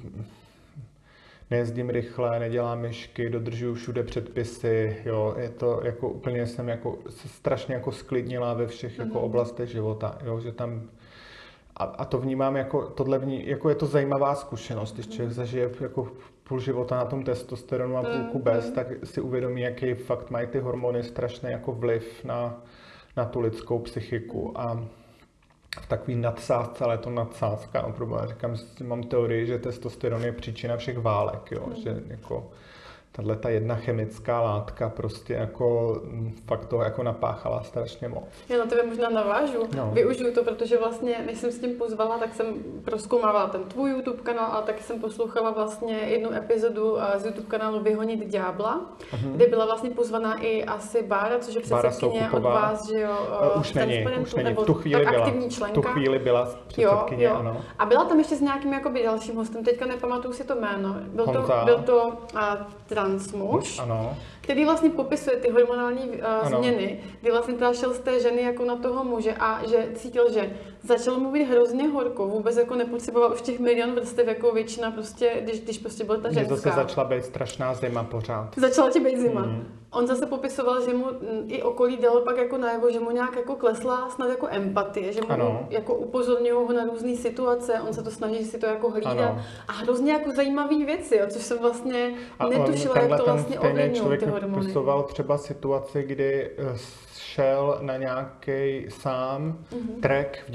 nejezdím rychle, nedělám myšky, dodržuju všude předpisy, jo, je to jako úplně jsem jako strašně jako sklidnila ve všech jako oblastech života, jo, že tam a to vnímám jako tohle jako je to zajímavá zkušenost, když člověk zažije jako půl života na tom testosteronu a půlku bez, tak si uvědomí, jaký fakt mají ty hormony strašný jako vliv na tu lidskou psychiku a v takový nadsázce, ale je to nadsázka, no problém. Říkám, mám teorii, že testosteron je příčina všech válek, jo, že jako ta jedna chemická látka prostě jako fakt toho jako napáchala strašně moc. Já na tebe možná navážu, využiju to, protože vlastně, než jsem s tím pozvala, tak jsem prozkoumávala ten tvůj YouTube kanál a taky jsem poslouchala vlastně jednu epizodu z YouTube kanálu Vyhonit ďábla, kde byla vlastně pozvaná i asi Bára, což je předsedkyně od vás, že jo, už není, v tu chvíli byla, aktivní členka. V tu chvíli byla předsedkyně, jo. Ano. A byla tam ještě s nějakým jakoby dalším hostem, teďka nepamatuju si to jméno, byl to transmuž, ano. který vlastně popisuje ty hormonální změny, kdy vlastně teda šel z té ženy jako na toho muže a že cítil, že začal mu být hrozně horko, vůbec jako nepotřeboval už těch milion vrstev jako většina prostě, když prostě byla ta ženská. Zase začala být strašná zima pořád. Začala ti být zima. On zase popisoval, že mu i okolí dalo pak jako najevo, že mu nějak jako klesla snad jako empatie, že mu jako upozorňují ho na různé situace, on se to snaží si to jako hlídat a hrozně jako zajímavý věci, jo, což jsem vlastně netušila, jak to vlastně ovlivňují ty hormony. Popisoval třeba situaci, kdy šel na nějaký sám trek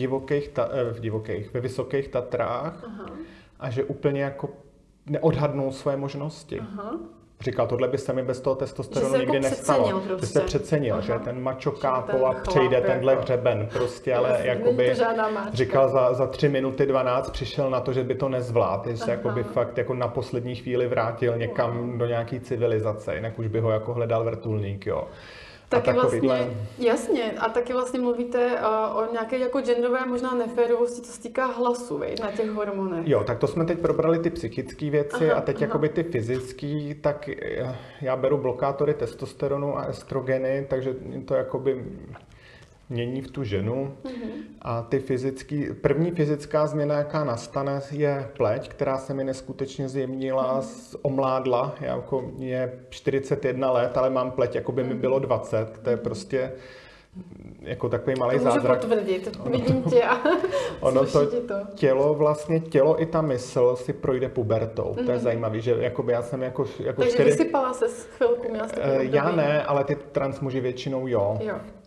ve Vysokých Tatrách a že úplně jako neodhadnul své možnosti. Říkal, tohle by se mi bez toho testosteronu nikdy nestalo. Že se přecenil, že ten macho kápo a přejde tenhle hřeben prostě, ale jakoby říkal za 3 minuty 12 přišel na to, že by to nezvládl, že se jakoby fakt jako na poslední chvíli vrátil někam do nějaký civilizace, jinak už by ho jako hledal vrtulník, jo. Taky vlastně, jasně, a taky vlastně mluvíte o nějaké jako genderové možná neférovosti, co se týká hlasu, na těch hormonech. Jo, tak to jsme teď probrali ty psychické věci a teď jakoby ty fyzické, tak já beru blokátory testosteronu a estrogeny, takže to jakoby mění v tu ženu. A ty první fyzická změna, jaká nastane, je pleť, která se mi neskutečně zjemnila, omládla. Já jako je 41 let, ale mám pleť, jako by mi bylo 20. To je prostě jako takový malý zázrak. To můžu potvrdit, vidím tě a slyší to. Tělo i ta mysl si projde pubertou. To je zajímavý, že jakoby já jsem jako takže vysypala se z chvilku, měla jste já ne, ale ty transmuži většinou jo.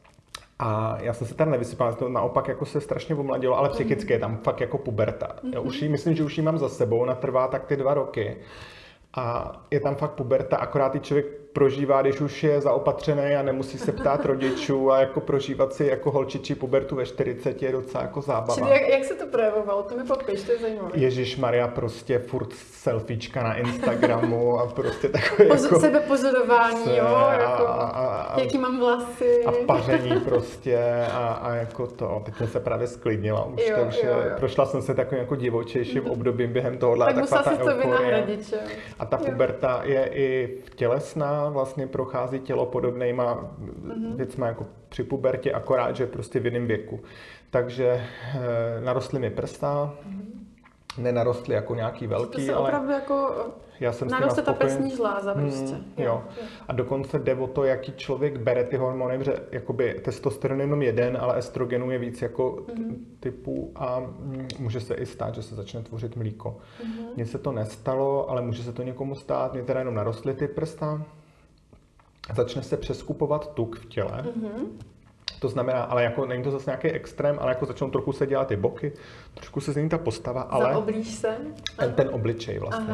A já jsem se tady nevysypal, to naopak jako se strašně omladilo, ale psychicky je tam fakt jako puberta. Já myslím, že už ji mám za sebou, ona trvá tak ty 2 roky. A je tam fakt puberta, akorát i člověk prožívá, když už je zaopatřený a nemusí se ptát rodičů a jako prožívat si jako holčičí pubertu ve 40 je docela jako zábava. Čili jak se to projevovalo? To mi popiš, to je zajímavé. Ježišmarja, prostě furt selfiečka na Instagramu a prostě takové jako... Sebepozorování, jo, jako jaký mám vlasy. A paření prostě a jako to. Teď jsem se právě sklidnila už, takže prošla jsem se takovým jako divočejším obdobím během tohohle. Tak musela si to vynahradit, jo. A ta puberta je i tělesná, vlastně prochází tělo podobnýma věcma jako při pubertě, akorát, že prostě v jiném věku. Takže narostly mi prsta, nenarostly jako nějaký velký, to se opravdu jako já jsem naroste ta prsní žláza prostě. Jo. A dokonce jde o to, jaký člověk bere ty hormony, protože jakoby testosteron je jenom jeden, ale estrogenů je víc jako typů a může se i stát, že se začne tvořit mlíko. Mně se to nestalo, ale může se to někomu stát, mě teda jenom narostly ty prsta. Začne se přeskupovat tuk v těle. To znamená, ale jako není to zase nějaký extrém, ale jako začnou trochu se dělat ty boky, trošku se změní ta postava, ale zaoblíž se? Ten obličej vlastně.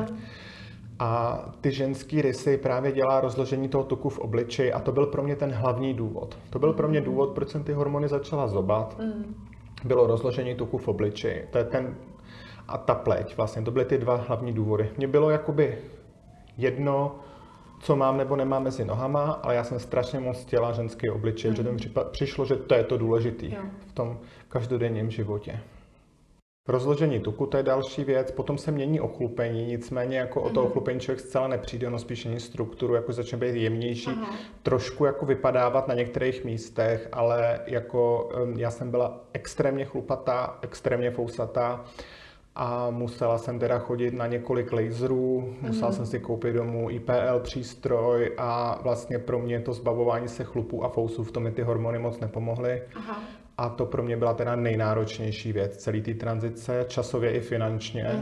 A ty ženský rysy právě dělá rozložení toho tuku v obličeji a to byl pro mě ten hlavní důvod. To byl pro mě důvod, proč jsem ty hormony začala zobat. Bylo rozložení tuku v obličeji. To je ten... a ta pleť. Vlastně to byly ty dva hlavní důvody. Mně bylo jakoby jedno, co mám nebo nemám mezi nohama, ale já jsem strašně moc chtěla ženský obličej, protože mi přišlo, že to je to důležitý v tom každodenním životě. Rozložení tuku, to je další věc, potom se mění ochlupení, nicméně jako o to ochlupení člověk zcela nepřijde, ono spíš mění strukturu, jako začne být jemnější, trošku jako vypadávat na některých místech, ale jako já jsem byla extrémně chlupatá, extrémně fousatá a musela jsem teda chodit na několik laserů, musela jsem si koupit domů IPL přístroj a vlastně pro mě to zbavování se chlupů a fousů, v tom mi ty hormony moc nepomohly. A to pro mě byla teda nejnáročnější věc, celý té tranzice, časově i finančně.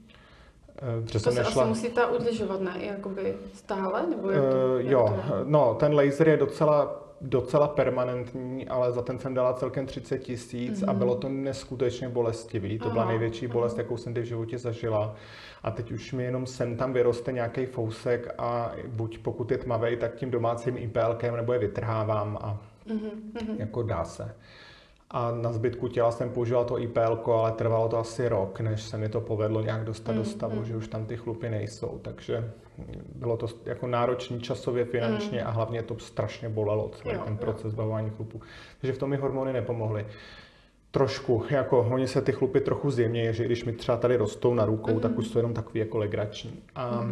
To se asi musíte udržovat, ne? Jakoby stále? Nebo no, ten laser je docela permanentní, ale za ten jsem dala celkem 30 000 a bylo to neskutečně bolestivý. To byla největší bolest, jakou jsem v životě zažila. A teď už mi jenom sem tam vyroste nějaký fousek a buď pokud je tmavej, tak tím domácím IPLkem nebo je vytrhávám a jako dá se. A na zbytku těla jsem používal to IPL, ale trvalo to asi rok, než se mi to povedlo nějak dostat do stavu, že už tam ty chlupy nejsou. Takže bylo to jako náročný časově, finančně a hlavně to strašně bolelo, celý ten proces zbavování chlupů. Takže v tom mi hormony nepomohly. Trošku, jako oni se ty chlupy trochu zjemnějí, že když mi třeba tady rostou na rukou, tak už jsou jenom takový jako legrační. A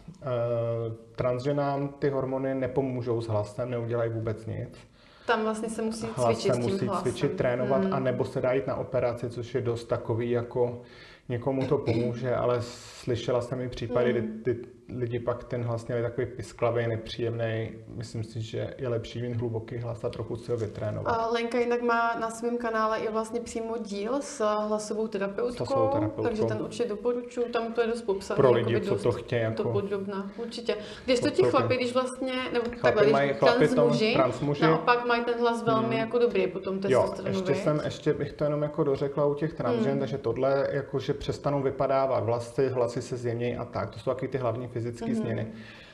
transženám ty hormony nepomůžou s hlasem, neudělají vůbec nic. Tam vlastně se musí cvičit, trénovat, a nebo se dá jít na operaci, což je dost takový, jako někomu to pomůže, ale slyšela jsem i případy, kdy ty lidi pak ten hlas měli takový pisklavý, nepříjemný. Myslím si, že je lepší mít hluboký hlas a trochu si ho vytrénovat. A Lenka jinak má na svém kanále i vlastně přímo díl s hlasovou terapeutkou, takže ten určitě doporučuji, tam to je dost popsané. Pro lidi, co to chtějí. Jako podrobná, určitě. Když to ti chlapi, když vlastně, nebo takhle, když transmuži, naopak mají ten hlas velmi jako dobrý potom testosteronový. Ještě bych to jenom jako dořekla u těch transžen, takže tohle, jako že přestanou vypadávat hlasy se zjemnějí a tak. To jsou taky ty hlavní fyzické změny.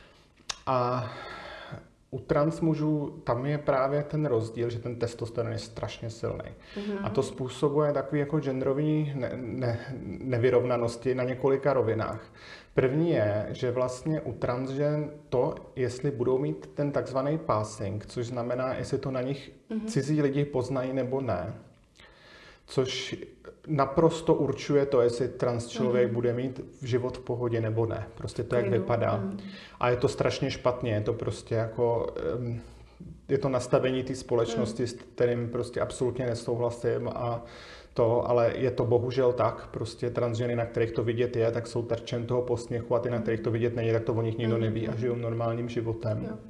A u transmužů tam je právě ten rozdíl, že ten testosteron je strašně silný. A to způsobuje takový jako genderový nevyrovnanosti na několika rovinách. První je, že vlastně u transžen to, jestli budou mít ten takzvaný passing, což znamená, jestli to na nich cizí lidi poznají nebo ne. Což naprosto určuje to, jestli trans člověk bude mít život v pohodě nebo ne. Prostě to, jak vypadá. A je to strašně špatně, je to prostě jako, je to nastavení té společnosti, s kterým prostě absolutně nesouhlasím ale je to bohužel tak, prostě transženy, na kterých to vidět je, tak jsou terčem toho posměchu a ty, na kterých to vidět není, tak to o nich nikdo neví a žijou normálním životem. Jo.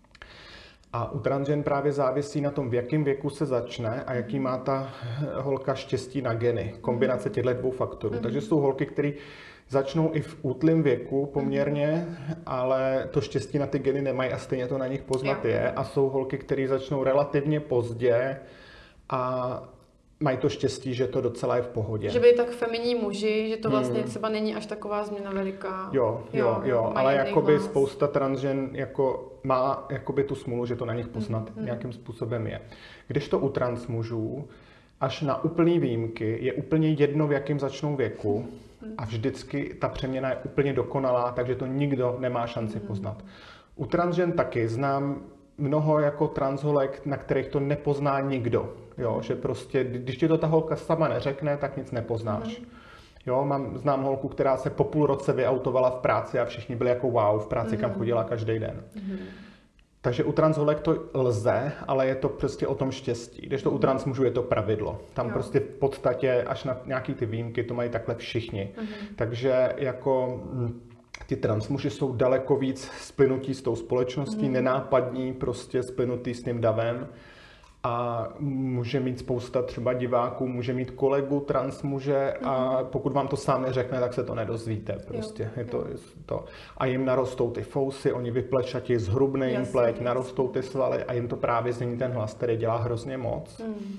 A u transžen právě závisí na tom, v jakém věku se začne a jaký má ta holka štěstí na geny. Kombinace těchto dvou faktorů. Takže jsou holky, které začnou i v útlém věku poměrně, ale to štěstí na ty geny nemají a stejně to na nich poznat je. A jsou holky, které začnou relativně pozdě a mají to štěstí, že to docela je v pohodě. Že byli tak feminní muži, že to vlastně třeba není až taková změna veliká. Jo, ale jakoby spousta transžen jako má jakoby tu smůlu, že to na nich poznat nějakým způsobem je. Když to u trans mužů, až na úplný výjimky, je úplně jedno, v jakém začnou věku a vždycky ta přeměna je úplně dokonalá, takže to nikdo nemá šanci poznat. U transžen taky znám mnoho jako transholek, na kterých to nepozná nikdo. Jo, že prostě, když ti to ta holka sama neřekne, tak nic nepoznáš. Jo, znám holku, která se po půl roce vyautovala v práci a všichni byli jako wow, v práci, kam chodila každý den. Takže u transholek to lze, ale je to prostě o tom štěstí. Když to u transmužů je to pravidlo. Tam prostě v podstatě až na nějaký ty výjimky to mají takhle všichni. Takže jako ty transmuži jsou daleko víc splynutí s tou společností, nenápadní, prostě splynutý s tím davem. A může mít spousta třeba diváků, může mít kolegu transmuže a pokud vám to sám neřekne, tak se to nedozvíte. Prostě je to. A jim narostou ty fousy, oni vyplešatí, zhrubne jim pleť, narostou ty svaly a jim to právě změní ten hlas, který dělá hrozně moc.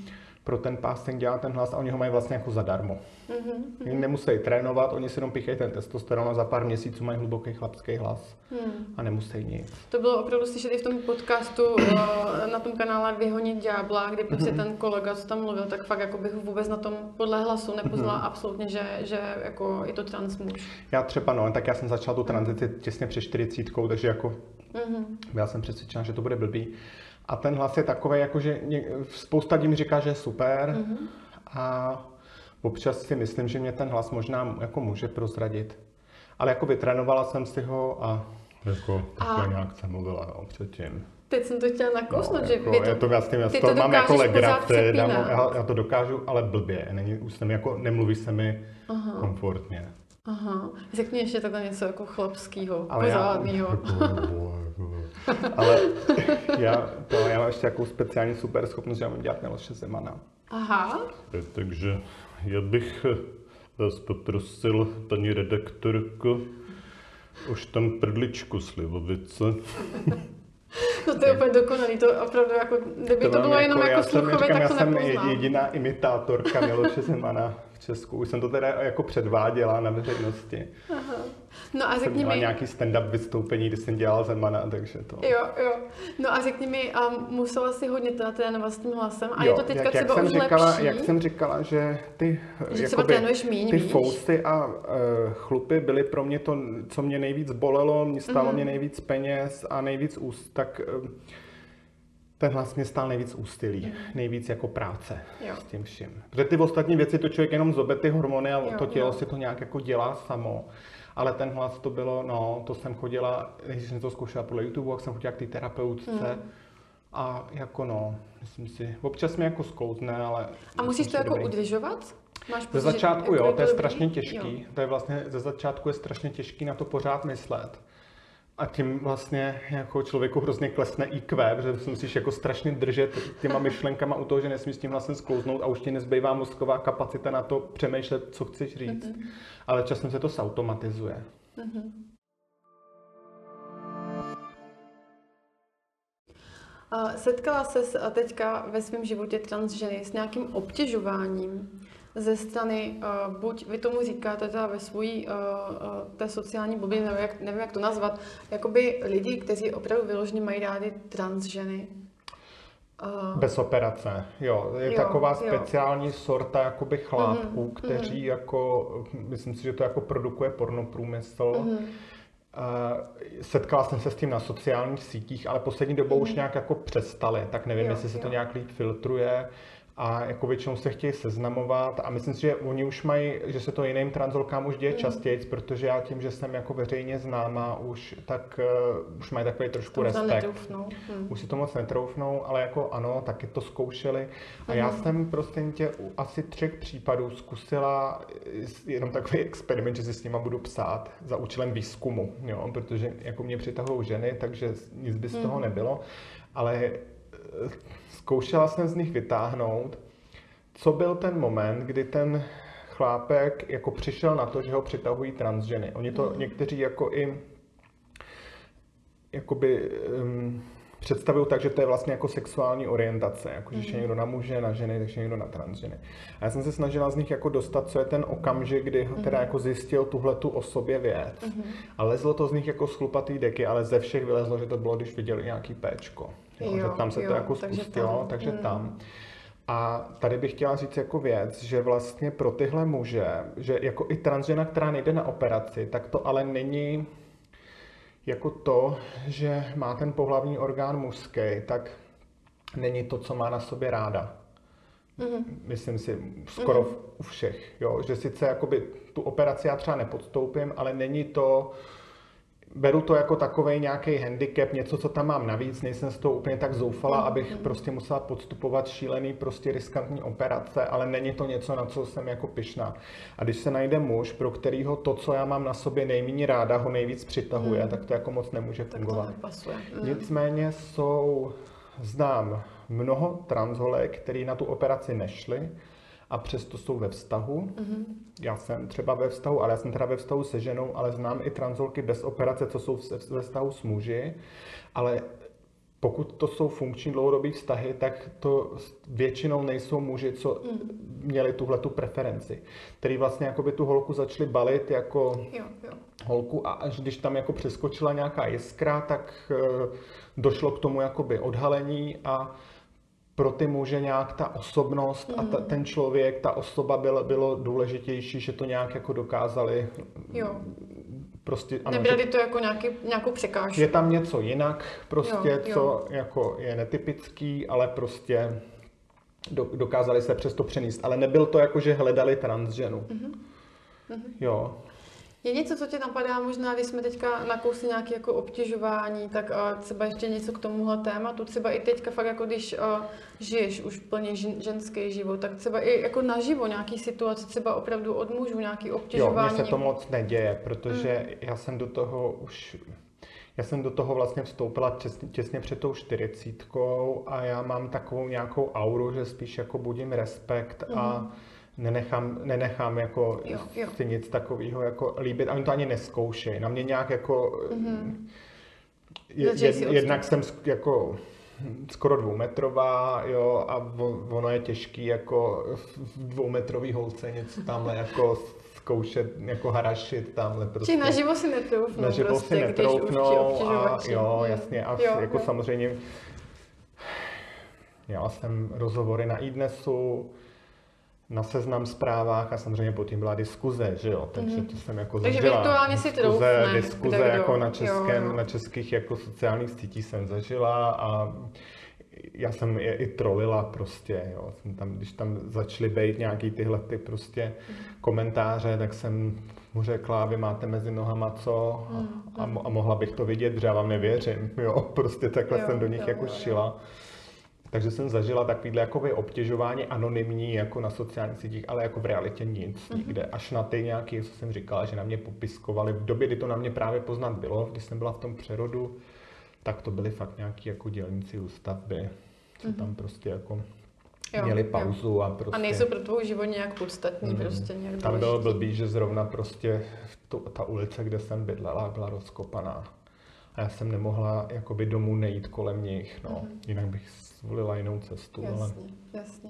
pro ten casting dělat ten hlas a oni ho mají vlastně jako zadarmo. Oni nemusí trénovat, oni si jenom píchají ten testosteron a za pár měsíců mají hluboký chlapský hlas a nemusí nic. To bylo opravdu slyšet i v tom podcastu na tom kanále Vyhonit ďábla, kdy prostě ten kolega, co tam mluvil, tak fakt jako bych vůbec na tom podle hlasu nepoznala absolutně, že jako je to trans muž. Já třeba tak já jsem začal tu tranzici těsně před 40, takže jako já jsem přesvědčen, že to bude blbý. A ten hlas je takový, jako že spousta lidí mi říká, že je super a občas si myslím, že mě ten hlas možná jako může prozradit. Ale jako vytrénovala jsem si ho a jako nějak jsem mluvila předtím. Teď jsem to chtěla nakousnout, že jako, vy to mám jako legraci, já to dokážu, ale blbě. Nemluví se mi komfortně. Aha, řekni ještě takhle něco jako chlapskýho, pořádnýho. Ale já mám ještě takovou speciální super schopnost, že já mám dělat Miloše Zemana. Aha. Takže já bych vás poprosil, paní redaktorko, už tam prdličku slivovice. No to je úplně dokonalý, to opravdu jako, kdyby to bylo jenom jako sluchově, tak to nepoznám. Já jsem jediná imitátorka Miloše Zemana v Česku. Už jsem to teda jako předváděla na veřejnosti. Aha. No a řekni mi... nějaký stand-up vystoupení, kdy jsem dělala Zemana, takže to... Jo. No a řekni mi, a musela si hodně trénovat s tím hlasem? A je to teďka třeba už lepší? Jak jsem říkala, že ty fousy a chlupy byly pro mě to, co mě nejvíc bolelo, stálo mě nejvíc peněz a nejvíc tak ten hlas mě stál nejvíc úsilí, nejvíc jako práce s tím vším. Protože ty ostatní věci, to člověk jenom zobe ty hormony a to tělo si to nějak jako dělá samo. Ale ten hlas to bylo, to jsem chodila, když jsem to zkoušela podle YouTube, jak jsem chodila k té terapeutce a jako myslím si, občas mě jako sklouzne, ale... A musíš to jako udržovat? Ze začátku jo, to je strašně těžký, to je vlastně, ze začátku je strašně těžký na to pořád myslet. A tím vlastně jako člověku hrozně klesne IQ, protože si musíš jako strašně držet těma myšlenkama u toho, že nesmíš s tím hlasem sklouznout a už ti nezbývá mozková kapacita na to přemýšlet, co chceš říct. Ale časem se to zautomatizuje. Setkala ses teďka ve svém životě trans ženy s nějakým obtěžováním ze strany, buď vy tomu říkáte teda ve svojí té sociální bublině, nevím, jak to nazvat, jakoby lidi, kteří opravdu vyloženě mají rádi trans ženy. Bez operace, jo. Je taková speciální sorta jakoby chlápků, kteří jako, myslím si, že to jako produkuje pornoprůmysl. Setkala jsem se s tím na sociálních sítích, ale poslední dobou už nějak jako přestali, tak nevím, jestli se to nějak líp filtruje. A jako většinou se chtějí seznamovat a myslím si, že oni už mají, že se to jiným transholkám už děje častěji, protože já tím, že jsem jako veřejně známá už, tak už mají takový trošku respekt. Už si to moc netroufnou, ale jako ano, taky to zkoušeli. A já jsem prostě u asi 3 případů zkusila jenom takový experiment, že si s nima budu psát za účelem výzkumu, jo, protože jako mě přitahují ženy, takže nic by z toho nebylo, ale zkoušela jsem z nich vytáhnout, co byl ten moment, kdy ten chlápek jako přišel na to, že ho přitahují trans ženy. Oni to někteří jako i jakoby představují tak, že to je vlastně jako sexuální orientace, jako že je někdo na muže, na ženy, takže někdo na trans ženy. A já jsem se snažila z nich jako dostat, co je ten okamžik, kdy teda jako zjistil tuhletu o sobě věc. A lezlo to z nich jako z chlupatý deky, ale ze všech vylezlo, že to bylo, když viděli nějaký péčko. Že tam se to jako spustilo, takže tam. A tady bych chtěla říct jako věc, že vlastně pro tyhle muže, že jako i transžena, která nejde na operaci, tak to ale není jako to, že má ten pohlavní orgán mužský, tak není to, co má na sobě ráda. Myslím si, skoro u všech. Jo? Že sice jakoby tu operaci já třeba nepodstoupím, ale není to... Beru to jako takovej nějaký handicap, něco, co tam mám navíc, nejsem z toho úplně tak zoufala, abych prostě musela podstupovat šílený, prostě riskantní operace, ale není to něco, na co jsem jako pyšná. A když se najde muž, pro kterýho to, co já mám na sobě nejméně ráda, ho nejvíc přitahuje, tak to jako moc nemůže fungovat. Nicméně znám mnoho transholek, který na tu operaci nešli, a přesto jsou ve vztahu. Já jsem třeba ve vztahu, ale já jsem teda ve vztahu se ženou, ale znám i transholky bez operace, co jsou ve vztahu s muži, ale pokud to jsou funkční dlouhodobé vztahy, tak to většinou nejsou muži, co měli tuhletu preferenci, který vlastně jakoby tu holku začali balit jako holku a až když tam jako přeskočila nějaká jiskra, tak došlo k tomu jakoby odhalení a pro ty muže nějak ta osobnost a ten člověk, ta osoba bylo důležitější, že to nějak jako dokázali. Prostě, ano, nebrali to jako nějakou překážku. Je tam něco jinak, prostě, co jako je netypický, ale prostě dokázali se přes to přenést. Ale nebyl to jako, že hledali transženu. Jo. Je něco, co tě napadá možná, když jsme teďka nakousli nějaké jako obtěžování, tak třeba ještě něco k tomuhle tématu, třeba i teďka fakt jako když žiješ už plně ženský život, tak třeba i jako naživo nějaký situace, třeba opravdu od mužů, nějaký obtěžování. Jo, mně se to moc neděje, protože já jsem do toho vlastně vstoupila těsně před tou 40 a já mám takovou nějakou auru, že spíš jako budím respekt a nenechám jako si nic takového jako líbit, a oni to ani neskoušejí. Na mě nějak jako jednak jsem jako skoro 2metrová, jo, a ono je těžký jako v 2metrový holce něco tamhle jako zkoušet, jako harašit tamhle prostě. Či naživo si netroufnou, naživo prostě, si netroufnou a jo, jasně, a jako samozřejmě měla jsem rozhovory na iDnesu, na Seznam Zprávách a samozřejmě potom byla diskuze, že jo, takže to jsem jako zažila. Takže virtuálně si troufne. Diskuze jako na českých jako sociálních sítích jsem zažila a já jsem je i trolila prostě, jo. Jsem tam, když tam začaly být nějaký tyhle ty prostě komentáře, tak jsem mu řekla, vy máte mezi nohama co a mohla bych to vidět, protože já vám nevěřím, jo, prostě takhle jsem do nich jako šila. Takže jsem zažila takovýhle jakoby obtěžování anonymní jako na sociálních sítích, ale jako v realitě nic nikde. Až na ty nějaký, co jsem říkala, že na mě popiskovali. V době, kdy to na mě právě poznat bylo, když jsem byla v tom přerodu, tak to byly fakt nějaký jako dělníci ústavby, co tam prostě jako měli pauzu a prostě... A nejsou pro tvou život nějak podstatní, prostě nějak důležitý. Tam bylo blbý, že zrovna prostě ta ulice, kde jsem bydlela, byla rozkopaná. A já jsem nemohla jakoby domů nejít kolem nich, no. Jinak bych zvolila jinou cestu. Jasně.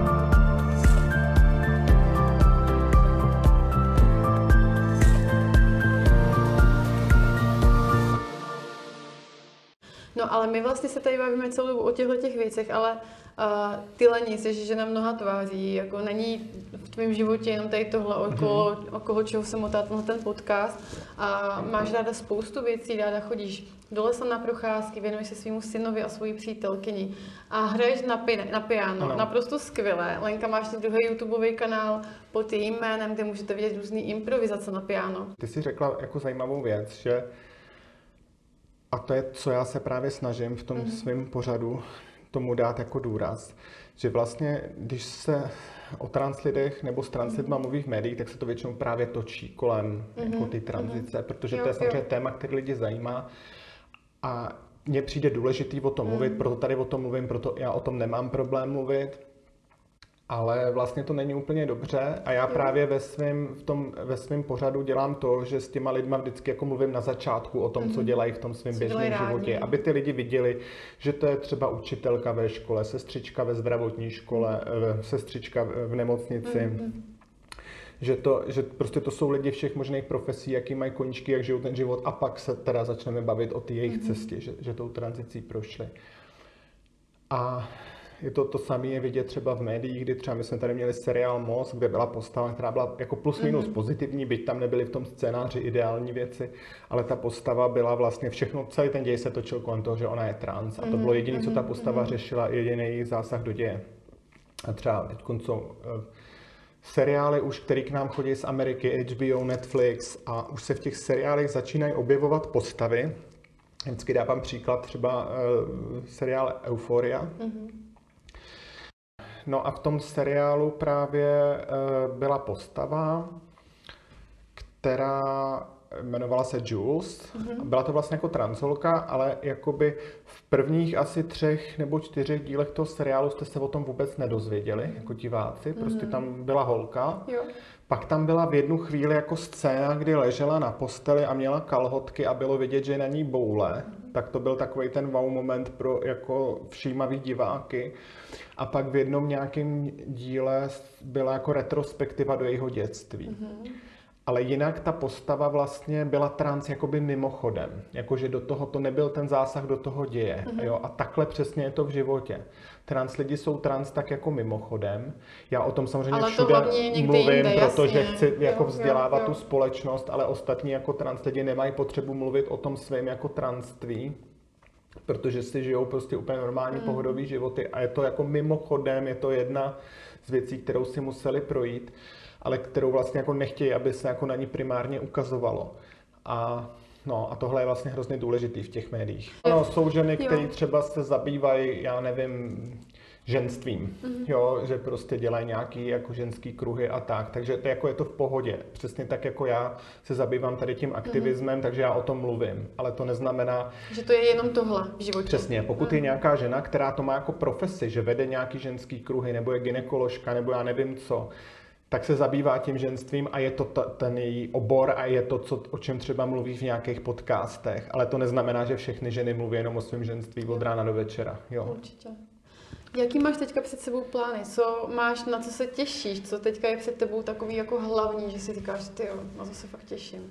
No ale my vlastně se tady bavíme celou dobu o těchto věcech, ale ty Leni, jsi žena mnoha tváří, jako není v tvém životě jenom tady tohle okolo čeho se motá ten podcast a máš ráda spoustu věcí, ráda chodíš do lesa na procházky, věnuješ se svýmu synovi a svojí přítelkyni a hraješ na piano, naprosto skvěle. Lenka, máš druhý YouTubeový kanál pod jejím jménem, kde můžete vidět různý improvizace na piano. Ty jsi řekla jako zajímavou věc, že a to je, co já se právě snažím v tom svém pořadu tomu dát jako důraz, že vlastně, když se o translidech nebo s translidma mluví v médiích, tak se to většinou právě točí kolem jako ty tranzice, protože to je samozřejmě téma, který lidi zajímá a mně přijde důležitý o tom mluvit, proto tady o tom mluvím, proto já o tom nemám problém mluvit, ale vlastně to není úplně dobře a já právě ve svém pořadu dělám to, že s těma lidma vždycky jako mluvím na začátku o tom, co dělají v tom svém běžném životě, aby ty lidi viděli, že to je třeba učitelka ve škole, sestřička ve zdravotní škole, sestřička v nemocnici, že prostě to jsou lidi všech možných profesí, jaký mají koníčky, jak žijou ten život a pak se teda začneme bavit o té jejich cestě, že tou tranzicí prošli. A je to samé je vidět třeba v médiích, kdy třeba my jsme tady měli seriál Most, kde byla postava, která byla jako plus minus pozitivní, byť tam nebyly v tom scénáři ideální věci, ale ta postava byla vlastně všechno, celý ten děj se točil kolem toho, že ona je trans a to bylo jediné, co ta postava řešila, jediný její zásah do děje. A třeba teď jsou seriály už, který k nám chodí z Ameriky, HBO, Netflix a už se v těch seriálech začínají objevovat postavy. Vždycky dávám příklad třeba seriál Euphoria. No a v tom seriálu právě byla postava, která jmenovala se Jules. Byla to vlastně jako transholka, ale jakoby v prvních asi 3 nebo 4 dílech toho seriálu jste se o tom vůbec nedozvěděli, jako diváci. Prostě tam byla holka. Jo. Pak tam byla v jednu chvíli jako scéna, kdy ležela na posteli a měla kalhotky a bylo vidět, že je na ní boule. tak to byl takový ten wow moment pro jako všímavý diváky. A pak v jednom nějakém díle byla jako retrospektiva do jejího dětství. Ale jinak ta postava vlastně byla trans jakoby mimochodem. Jakože do toho to nebyl ten zásah do toho děje. Jo? A takhle přesně je to v životě. Trans lidi jsou trans tak jako mimochodem. Já o tom samozřejmě ale všude mluvím, jinde, protože jasně. chci jako Jo, vzdělávat jo. tu společnost, ale ostatní jako trans lidi nemají potřebu mluvit o tom svém jako tranství, protože si žijou prostě úplně normální pohodový životy a je to jako mimochodem, je to jedna z věcí, kterou si museli projít, ale kterou vlastně jako nechtějí, aby se jako na ní primárně ukazovalo. A tohle je vlastně hrozně důležitý v těch médiích. No, jsou ženy, které třeba se zabývají, já nevím, ženstvím, jo, že prostě dělají nějaký jako ženský kruhy a tak, takže to jako je to v pohodě. Přesně tak jako já se zabývám tady tím aktivismem, takže já o tom mluvím, ale to neznamená, že to je jenom tohle v životě. přesně, pokud je nějaká žena, která to má jako profesi, že vede nějaký ženský kruhy, nebo je gynekoložka, nebo já nevím co, tak se zabývá tím ženstvím a je to ten její obor a je to, o čem třeba mluví v nějakých podcastech, ale to neznamená, že všechny ženy mluví jenom o svém ženství od rána do večera. Jo. Určitě. Jaký máš teďka před sebou plány? Co máš, na co se těšíš? Co teďka je před tebou takový jako hlavní, že si říkáš, tyjo, na to se fakt těším?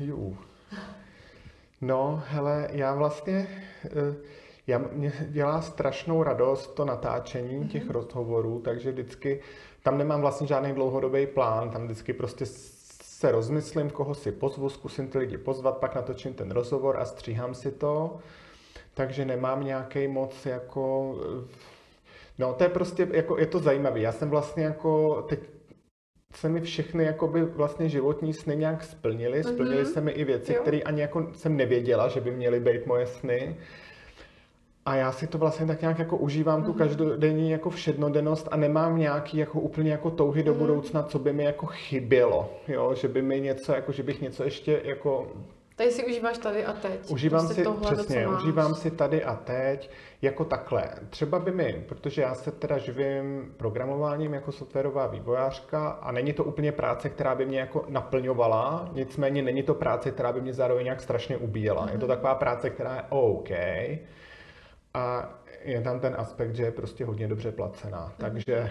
No, hele, já vlastně, mě dělá strašnou radost to natáčení těch rozhovorů, takže vždycky, tam nemám vlastně žádný dlouhodobý plán, tam vždycky prostě se rozmyslím, koho si pozvu, zkusím ty lidi pozvat, pak natočím ten rozhovor a stříhám si to, takže nemám nějaký moc jako, no to je prostě, jako je to zajímavé, já jsem vlastně jako, teď se mi všechny jakoby vlastně životní sny nějak splnily se mi i věci, které ani jako jsem nevěděla, že by měly být moje sny. A já si to vlastně tak nějak jako užívám tu každodenní jako všednodennost a nemám nějaký jako úplně jako touhy do budoucna, co by mi jako chybělo, jo, že by mi něco jako, že bych něco ještě jako... Tady si užíváš tady a teď. Užívám prostě si, tohle, přesně, užívám si tady a teď, jako takhle. Třeba by mi, protože já se teda živím programováním jako softwarová vývojářka a není to úplně práce, která by mě jako naplňovala, nicméně není to práce, která by mě zároveň nějak strašně ubíjela. Je to taková práce, která je OK. A je tam ten aspekt, že je prostě hodně dobře placená. Takže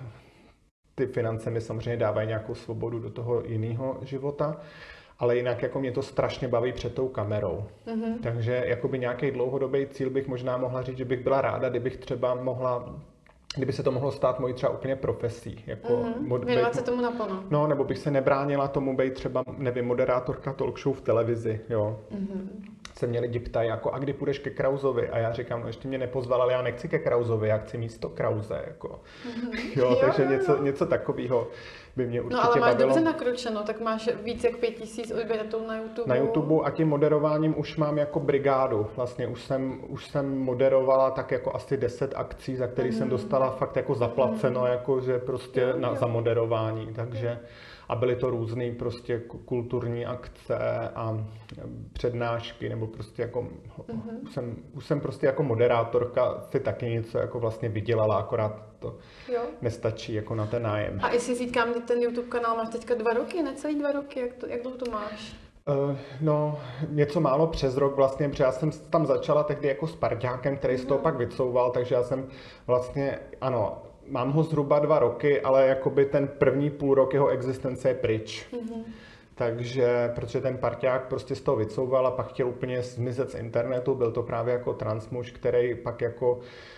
ty finance mi samozřejmě dávají nějakou svobodu do toho jiného života, ale jinak jako mě to strašně baví před tou kamerou. Takže jakoby nějaký dlouhodobý cíl bych možná mohla říct, že bych byla ráda, kdybych třeba mohla, kdyby se to mohlo stát mojí třeba úplně profesí. Jako věnovat se tomu naplno. No, nebo bych se nebránila tomu být třeba, nevím, moderátorka talk show v televizi, jo. Se mě lidi ptají, jako, a kdy půjdeš ke Krausovi? A já říkám, no ještě mě nepozval, ale já nechci ke Krausovi, já chci místo Krause, jako. Jo, takže něco takového by mě určitě bavilo. No ale máš dobře nakročeno, tak máš víc jak 5000 odběratelů na YouTube. Na YouTube a tím moderováním už mám jako brigádu. Vlastně už jsem moderovala tak jako asi 10 akcí, za který jsem dostala fakt jako zaplaceno, jako že prostě za moderování, takže a byly to různé prostě kulturní akce a přednášky, nebo prostě jako už jsem prostě jako moderátorka si taky něco jako vlastně vydělala, akorát to nestačí jako na ten nájem. A jestli říkám, ten YouTube kanál máš teďka 2 roky, necelý 2 roky, jak dlouho to máš? No, něco málo přes rok vlastně, protože já jsem tam začala tehdy jako s parťákem, který z toho pak vycouval, takže já jsem vlastně, ano, mám ho zhruba 2 roky, ale jakoby ten první půl rok jeho existence je pryč. Takže, protože ten parťák prostě z toho vycouval a pak chtěl úplně zmizet z internetu, byl to právě jako transmuž, který pak jako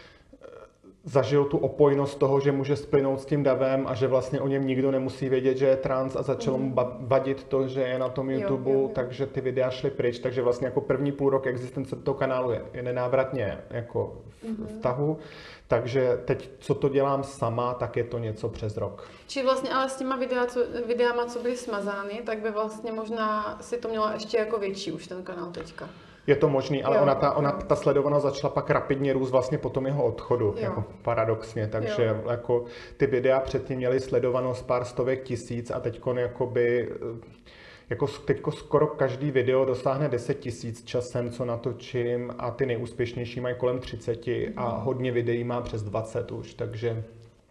zažil tu opojnost toho, že může splynout s tím davem a že vlastně o něm nikdo nemusí vědět, že je trans a začalo mu vadit to, že je na tom YouTube, takže ty videa šly pryč, takže vlastně jako první půl rok existence toho kanálu je nenávratně jako v tahu, takže teď, co to dělám sama, tak je to něco přes rok. Či vlastně ale s těma videama, co byly smazány, tak by vlastně možná si to měla ještě jako větší už ten kanál teďka. Je to možný, ale ta sledovanost začala pak rapidně růst vlastně po tom jeho odchodu, jako paradoxně, takže jako ty videa předtím měly sledovanost pár stovek tisíc a teďkon jakoby, jako teďko skoro každý video dosáhne 10 000 časem, co natočím a ty nejúspěšnější mají kolem 30 a hodně videí má přes 20 už, takže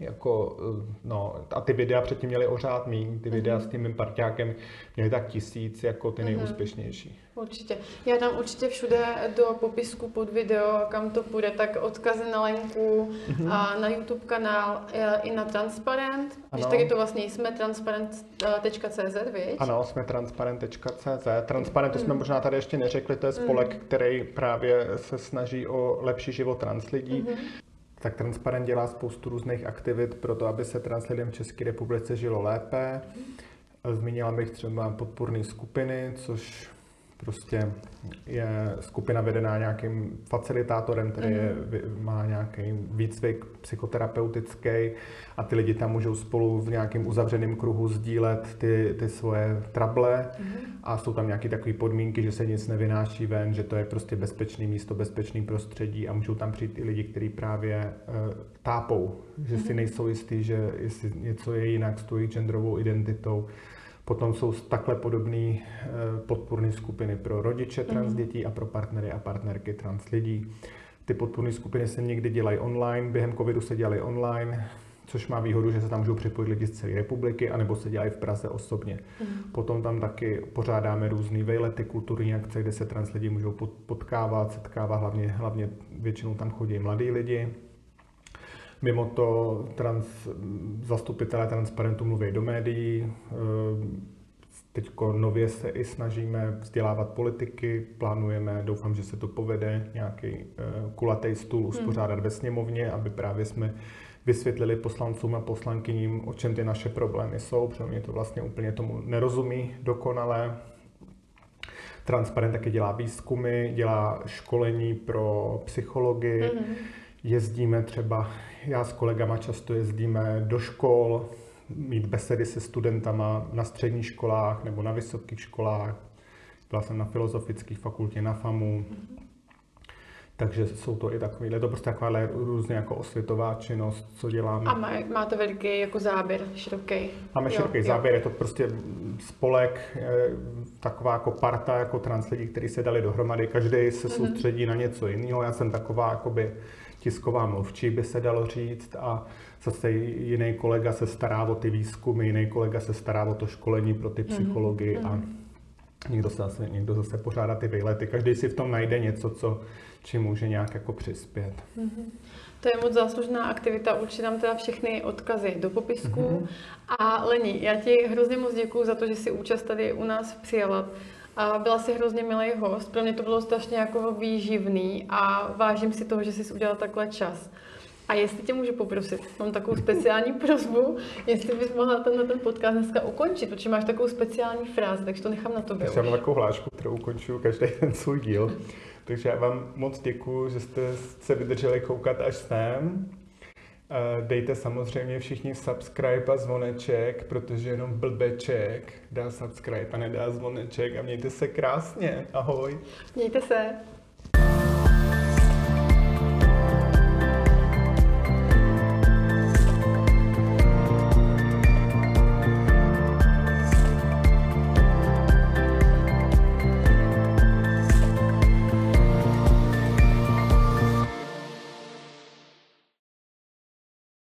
jako, no, a ty videa předtím měly o řád míň, ty videa s tím mým parťákem měly tak 1000 jako ty nejúspěšnější. Určitě. Já dám určitě všude do popisku pod video, kam to půjde, tak odkazy na Lenku a na YouTube kanál i na Transparent. Když taky to vlastně jsme transparent.cz, viď? Ano, jsme transparent.cz. Transparent, to jsme možná tady ještě neřekli, to je spolek, který právě se snaží o lepší život trans lidí. Tak Transparent dělá spoustu různých aktivit pro to, aby se trans lidem v České republice žilo lépe. Zmínila bych třeba podpůrné skupiny, což prostě je skupina vedená nějakým facilitátorem, který má nějaký výcvik psychoterapeutický a ty lidi tam můžou spolu v nějakém uzavřeném kruhu sdílet ty svoje trable a jsou tam nějaké takové podmínky, že se nic nevynáší ven, že to je prostě bezpečné místo, bezpečné prostředí a můžou tam přijít i lidi, kteří právě tápou, že si nejsou jistí, že jestli něco je jinak s tou genderovou identitou. Potom jsou takhle podobné podpůrné skupiny pro rodiče trans dětí a pro partnery a partnerky trans lidí. Ty podpůrné skupiny se někdy dělají online, během covidu se dělají online, což má výhodu, že se tam můžou připojit lidi z celé republiky, anebo se dělají v Praze osobně. Potom tam taky pořádáme různé vejlety, kulturní akce, kde se trans lidi můžou potkávat, setkávat, hlavně většinou tam chodí mladí lidi. Mimo to zastupitelé Transparentu mluví do médií. Teď nově se i snažíme vzdělávat politiky, plánujeme, doufám, že se to povede, nějaký kulatý stůl uspořádat ve sněmovně, aby právě jsme vysvětlili poslancům a poslankyním, o čem ty naše problémy jsou, protože oni to vlastně úplně tomu nerozumí dokonale. Transparent taky dělá výzkumy, dělá školení pro psychology, jezdíme třeba, já s kolegama často jezdíme do škol, mít besedy se studentama na středních školách nebo na vysokých školách. Byla jsem na filozofické fakultě, na FAMu. Takže jsou to i takovýhle, to prostě taková různě jako osvětová činnost, co děláme. A máte veliký jako záběr, široký? Máme široký záběr, je to prostě spolek, taková jako parta jako trans lidí, kteří se dali dohromady, každý se soustředí na něco jiného. Já jsem taková jakoby tisková mluvčí, by se dalo říct, a zase jiný kolega se stará o ty výzkumy, jiný kolega se stará o to školení pro ty psychology a někdo zase pořádá ty výlety. Každý si v tom najde něco, čím může nějak jako přispět. To je moc záslužná aktivita, určitě dám teda všechny odkazy do popisku. A Leni, já ti hrozně moc děkuju za to, že jsi účast tady u nás přijala. A byla jsi hrozně milý host, pro mě to bylo strašně jako výživný a vážím si toho, že jsi udělal takhle čas. A jestli tě můžu poprosit, mám takovou speciální prosbu, jestli bys mohla ten podcast dneska ukončit, protože máš takovou speciální frázi, takže to nechám na tobě. Já mám takovou hlášku, kterou ukončuju každý ten svůj díl. Takže já vám moc děkuju, že jste se vydrželi koukat až sem. Dejte samozřejmě všichni subscribe a zvoneček, protože jenom blbeček dá subscribe a nedá zvoneček a mějte se krásně. Ahoj. Mějte se.